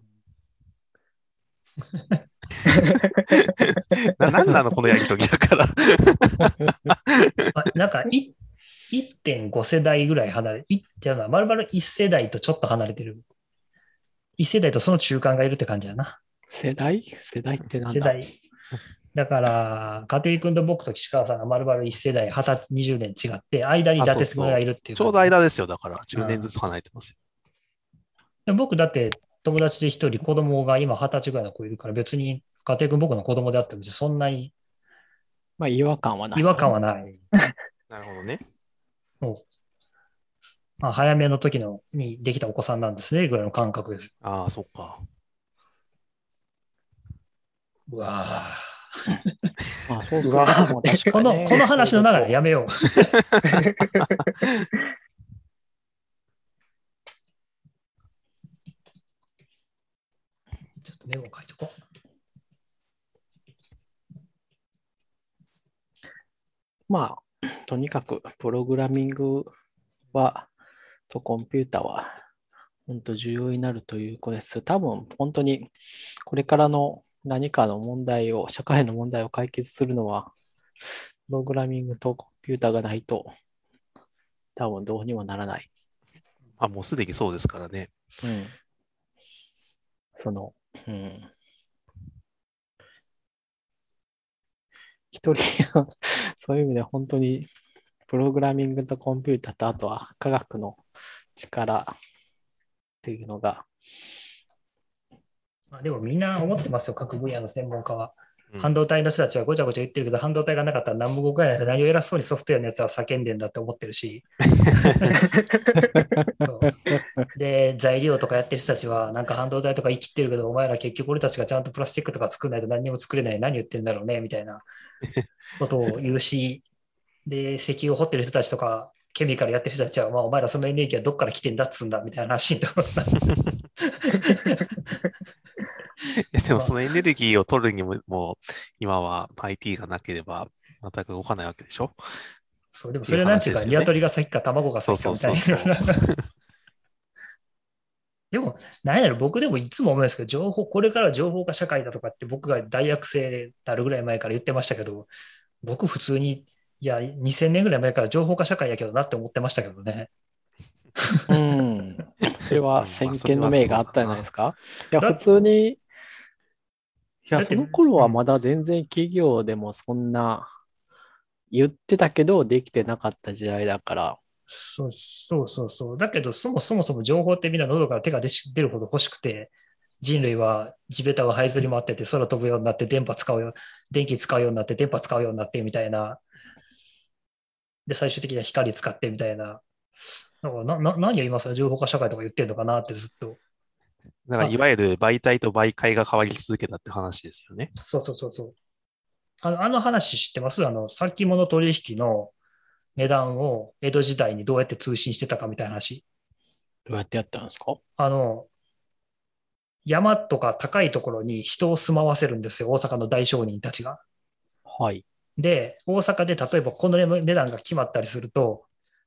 ぁ。な、なんなのこのやりとりだから。
まあ、なんかいいってんご世代ぐらい離れ、いっていうのは、まるまるいち世代とちょっと離れてる。いち世代とその中間がいるって感じやな。
世代世代ってなんだ？
世代。だから、家庭君と僕と岸川さんがまるまるいち世代、はたち、にじゅうねん違って、間に伊達君がいるっていう
ちょうど
感じ。
間ですよ。だから、じゅうねんずつ離れてますよ。
で僕だって友達で一人子供が今はたちぐらいの子いるから別に家庭君僕の子供であってもそんなに
まあ違和感はない。
違和感はない。
なるほどね。
もうまあ、早めの時のにできたお子さんなんですねぐらいの感覚です。
ああ、そっか。
うわ
まあそうそう。
うわ
まあ確かにね
このこの話の流れやめよう。ちょっとメモ書いておこう。
まあ、とにかくプログラミングは、とコンピューターは、本当重要になるということです。多分、本当にこれからの何かの問題を、社会の問題を解決するのは、プログラミングとコンピューターがないと、多分どうにもならない。
あ、もうすでにそうですからね。
うん。その、うん。一人、そういう意味で本当に、プログラミングとコンピューターと、あとは科学の力っていうのが、
まあ、でもみんな思ってますよ、各分野の専門家は。
うん
半導体の人たちはごちゃごちゃ言ってるけど、半導体がなかったら何も動かないの何を偉そうにソフトウェアのやつは叫んでんだって思ってるし。そうで、材料とかやってる人たちは、なんか半導体とか言い切ってるけど、お前ら結局俺たちがちゃんとプラスチックとか作らないと何にも作れない、何言ってんだろうね、みたいなことを言うし、で、石油を掘ってる人たちとか、ケミカルやってる人たちは、まあ、お前らそのエネルギーはどっから来てんだっつうんだ、みたいな話になる。
いやでもそのエネルギーを取るにも、もう今は アイティー がなければ全く動かないわけでしょ。
そう、でもそれなんていうか、
っていう話ですよね
鶏が先か卵が先かみたい
そうそう
な。でも、なんやろ、僕でもいつも思うんですけど、情報、これからは情報化社会だとかって僕が大学生でなるぐらい前から言ってましたけど、僕普通に、いや、にせんねんぐらい前から情報化社会やけどなって思ってましたけどね。
うん。それは先見の明があったじゃないですか。いや、
だ
普通に、いや、
だって
その頃はまだ全然企業でもそんな言ってたけど、できてなかった時代だから。
そうそうそうそう。だけど、そもそもそも情報ってみんな喉から手が出し出るほど欲しくて、人類は地べたを這いずり回ってて空飛ぶようになって電波使うよ、電気使うようになって電波使うようになってみたいな。で、最終的には光使ってみたいな。だからなな何を今更情報化社会とか言ってんのかなってずっと。
だからいわゆる媒体と媒介が変わり続けたって話ですよね。
そうそうそうそう。あのあの話知ってます？あの、先物取引の値段を江戸時代にどうやって通信してたかみたいな話。
どうやってやったんですか？
あの、山とか高いところに人を住まわせるんですよ、大阪の大商人たちが。
はい。
で、大阪で例えばこの値段が決まったりすると、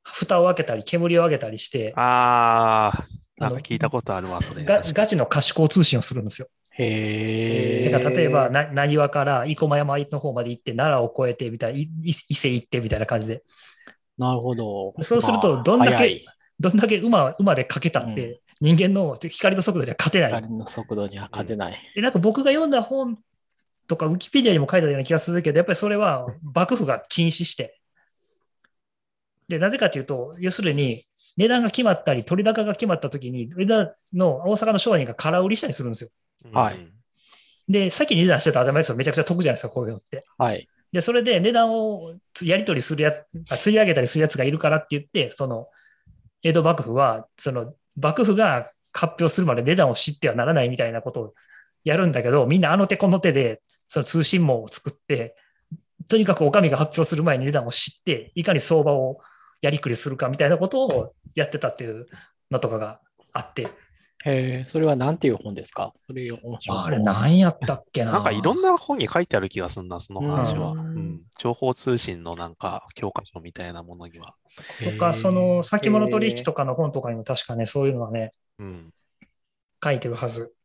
蓋を開けたり、煙を上げたりして、
ああ、なんか
あの
聞いたことあるわ、それ。
が
確か
ガチの可視光通信をするんですよ。
へ
だから例えば、
え
ななにわから生駒山の方まで行って、奈良を越えてみたいな、いい伊勢行ってみたいな感じで。
なるほど。
そうすると、
まあ
どんだけ、
速い。
どんだけ馬馬でかけたっ
うん
て、人間の光の速度には勝てない。
光の速度には勝てない。
で、なんか僕が読んだ本とか、ウィキペディアにも書いてあるような気がするけど、やっぱりそれは幕府が禁止して、で、なぜかというと、要するに、値段が決まったり、取り高が決まったときに、値段の大阪の商人が空売りしたりするんですよ。
に。
はい
うん
で、先に値段してたら当たり前ですよ。めちゃくちゃ得じゃないですか、こういうのって。
はい。
で、それで値段をやり取りするやつ、あ釣り上げたりするやつがいるからって言って、その、江戸幕府は、その、幕府が発表するまで値段を知ってはならないみたいなことをやるんだけど、みんなあの手この手で、その通信網を作って、とにかくお上が発表する前に値段を知って、いかに相場をやりくりするかみたいなことをやってたっていうのとかがあって、
へえ、それは何ていう本ですか？それ面白そう。
あれ何やったっけな。
なんかいろんな本に書いてある気がするな、その話は。
う
うんん。情報通信のなんか教科書みたいなものには。
とか、その先物取引とかの本とかにも確かね、そういうのはね、
うん。
書いてるはず。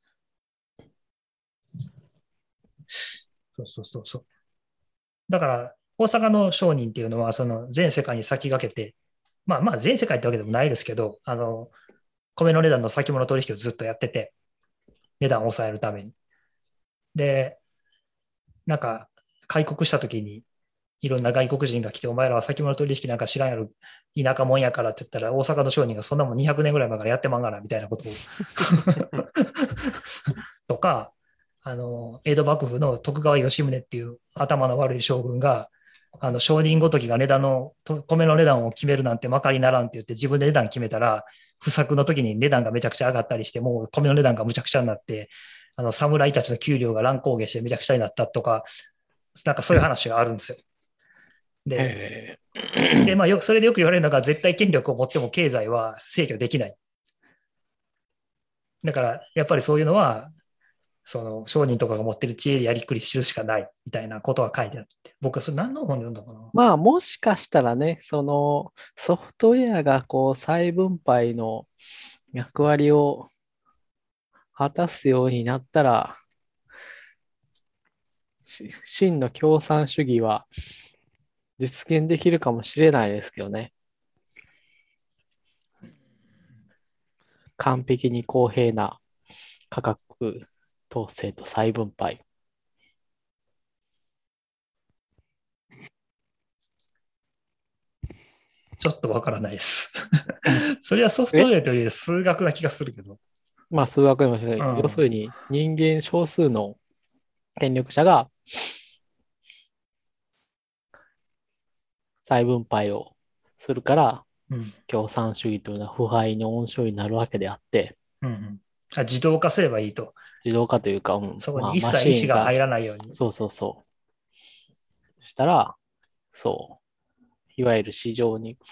そうそうそうそう。だから、大阪の商人っていうのは、その全世界に先駆けて、まあまあ全世界ってわけでもないですけど、あの、米の値段の先物取引をずっとやってて、値段を抑えるために。で、なんか、開国した時に、いろんな外国人が来て、お前らは先物取引なんか知らんやろ、田舎もんやからって言ったら、大阪の商人がそんなもんにひゃくねんぐらい前からやってまんがな、みたいなことをとか、あの、江戸幕府の徳川吉宗っていう頭の悪い将軍が、あの、商人ごときが値段の、と米の値段を決めるなんてまかりならんって言って自分で値段決めたら、不作の時に値段がめちゃくちゃ上がったりして、もう米の値段がむちゃくちゃになって、あの、侍たちの給料が乱高下してめちゃくちゃになったとか、なんかそういう話があるんですよ。で、
へ
でまあ、よそれでよく言われるのが、絶対権力を持っても経済は制御できない。だから、やっぱりそういうのは、その商人とかが持ってる知恵でやりくりするしかないみたいなことが書いてあって、僕はそれ何の本で読んだかな。
まあ、もしかしたらね、そのソフトウェアがこう再分配の役割を果たすようになったら、し真の共産主義は実現できるかもしれないですけどね。完璧に公平な価格統制と再分配。
ちょっとわからないです。それはソフトウェアというより数学な気がするけど。
まあ、数学でもしれない
うん
要するに人間少数の権力者が再分配をするから
うん
共産主義というのは腐敗の温床になるわけであって、
うんうんあ自動化すればいいと。
自動化というか、うん、
そこ
まあ、
に一切意
マシンが、
思が入らないように。
そうそうそう。そしたら、そう、いわゆる市場に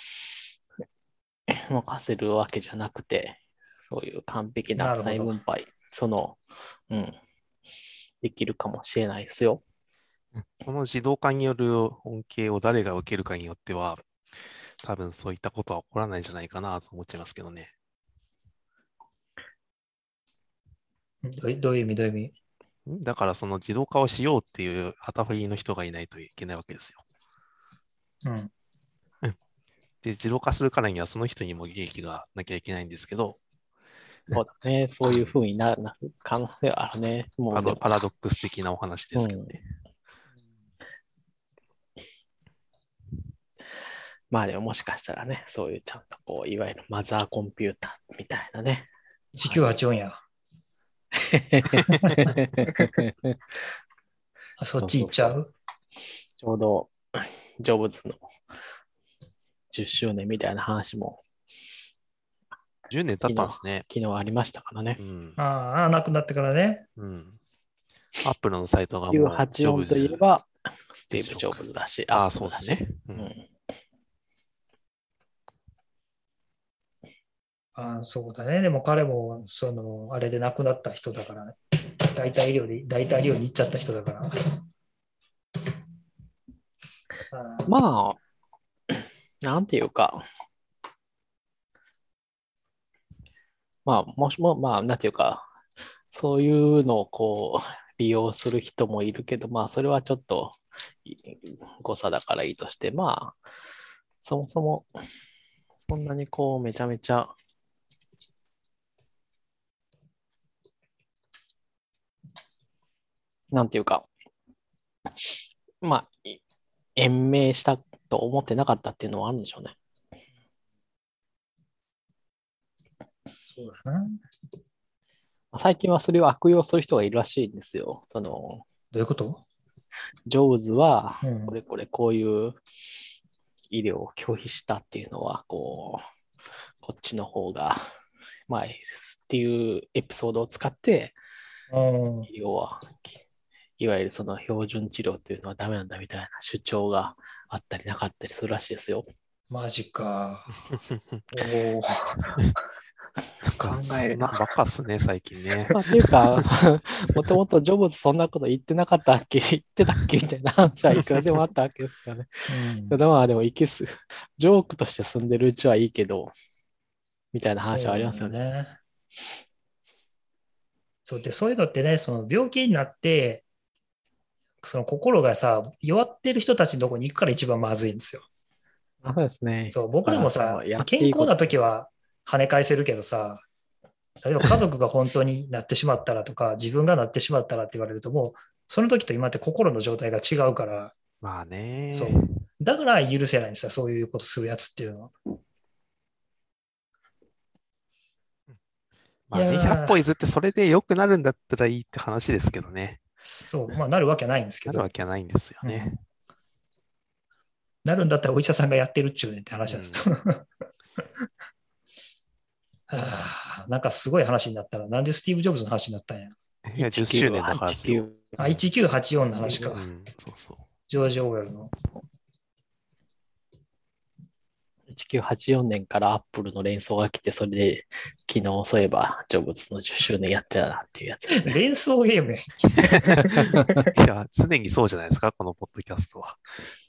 任せるわけじゃなくて、そういう完璧な
なるほど
再分配、その、うん、できるかもしれないですよ。
この自動化による恩恵を誰が受けるかによっては、多分そういったことは起こらないんじゃないかなと思っちゃいますけどね。
どうどういう意味どういう意味
だからその自動化をしようっていう旗振りの人がいないといけないわけですよ。
うん
で、自動化するからにはその人にも利益がなきゃいけないんですけど、
そうだね。そういうふうになる可能性あるね。もうでも
パラパラドックス的なお話ですけどね。
まあでももしかしたらね、そういうちゃんとこう、いわゆるマザーコンピューターみたいなね。
いちきゅうはちよんや。あそっち行っちゃう
ちょうど、ジョブズのじゅっしゅうねんみたいな話も
じゅうねん経ったんですね。
昨日ありましたからね
う。ん。
ああ、なくなってからね。
うん。アップルのサイトが
きゅう
もう
はちよんといえば、スティーブ・ジョブズだし、
ああ、
アップルだし
そうですね。う
うんん
ああ、そうだね。でも彼も、その、あれで亡くなった人だからね。代替医療で、代替医療に行っちゃった人だから。ああ
まあ、 なんていうか、まあ、もしも、まあ、なんていうか、そういうのをこう、利用する人もいるけど、まあ、それはちょっとい誤差だからいいとして、まあ、そもそも、そんなにこう、めちゃめちゃ、なんていうか、まあ、い延命したと思ってなかったっていうのはあるんでしょうね。
そうだな。
最近はそれを悪用する人がいるらしいんですよ。その、
どういうこと？
ジョーズは
うん、
これこれこういう医療を拒否したっていうのは、こう、こっちの方が、まあ、っていうエピソードを使って、
うん
医療は、いわゆるその標準治療っていうのはダメなんだみたいな主張があったりなかったりするらしいですよ。
マジか。
おー考
そ
えるな。
んなんばっかっすね、最近ね。
まあ、っていうか、もともとジョブズそんなこと言ってなかったっけ言ってたっけみたいな話はいくらでもあったわけですからね。
うん
ただまあでもいけす、ジョークとして住んでるうちはいいけど、みたいな話はありますよね。
そうだね。そうで、そういうのってね、その病気になって、その心がさ、弱ってる人たちのところに行くから一番まずいんですよ。
あ、そうですね。
そう、僕
だからそ
らもさ、
のやって
健康な
いいこと。
時は跳ね返せるけどさ、例えば家族が本当になってしまったらとか、自分がなってしまったらって言われると、もう、その時と今って心の状態が違うから、
まあ
そ
ね。
う。だから許せないんですよ、そういうことするやつっていうのは。い
まあね、ひゃっ
やー、
歩譲ってそれで良くなるんだったらいいって話ですけどね。
そう、まあ、なるわけないんですけ
なるわ
ど、
けはないんですよ
うん
ね。
なるんだったらお医者さんがやってるっちゅうねんって話なんです。はあ、なんかすごい話になったら、なんでスティーブ・ジョブズの話になったんや。
いや、じゅっしゅうねんだからですよ。
あ、せんきゅうひゃくはちじゅうよんの話か。
うん、そうそう。
ジョージ・オーウェルの。
せんきゅうひゃくはちじゅうよねんからアップルの連想が来て、それで昨日そういえばジョブズのじゅっしゅうねんやってたなっていうやつですね。
連想ゲームや。
いや、常にそうじゃないですか、このポッドキャストは。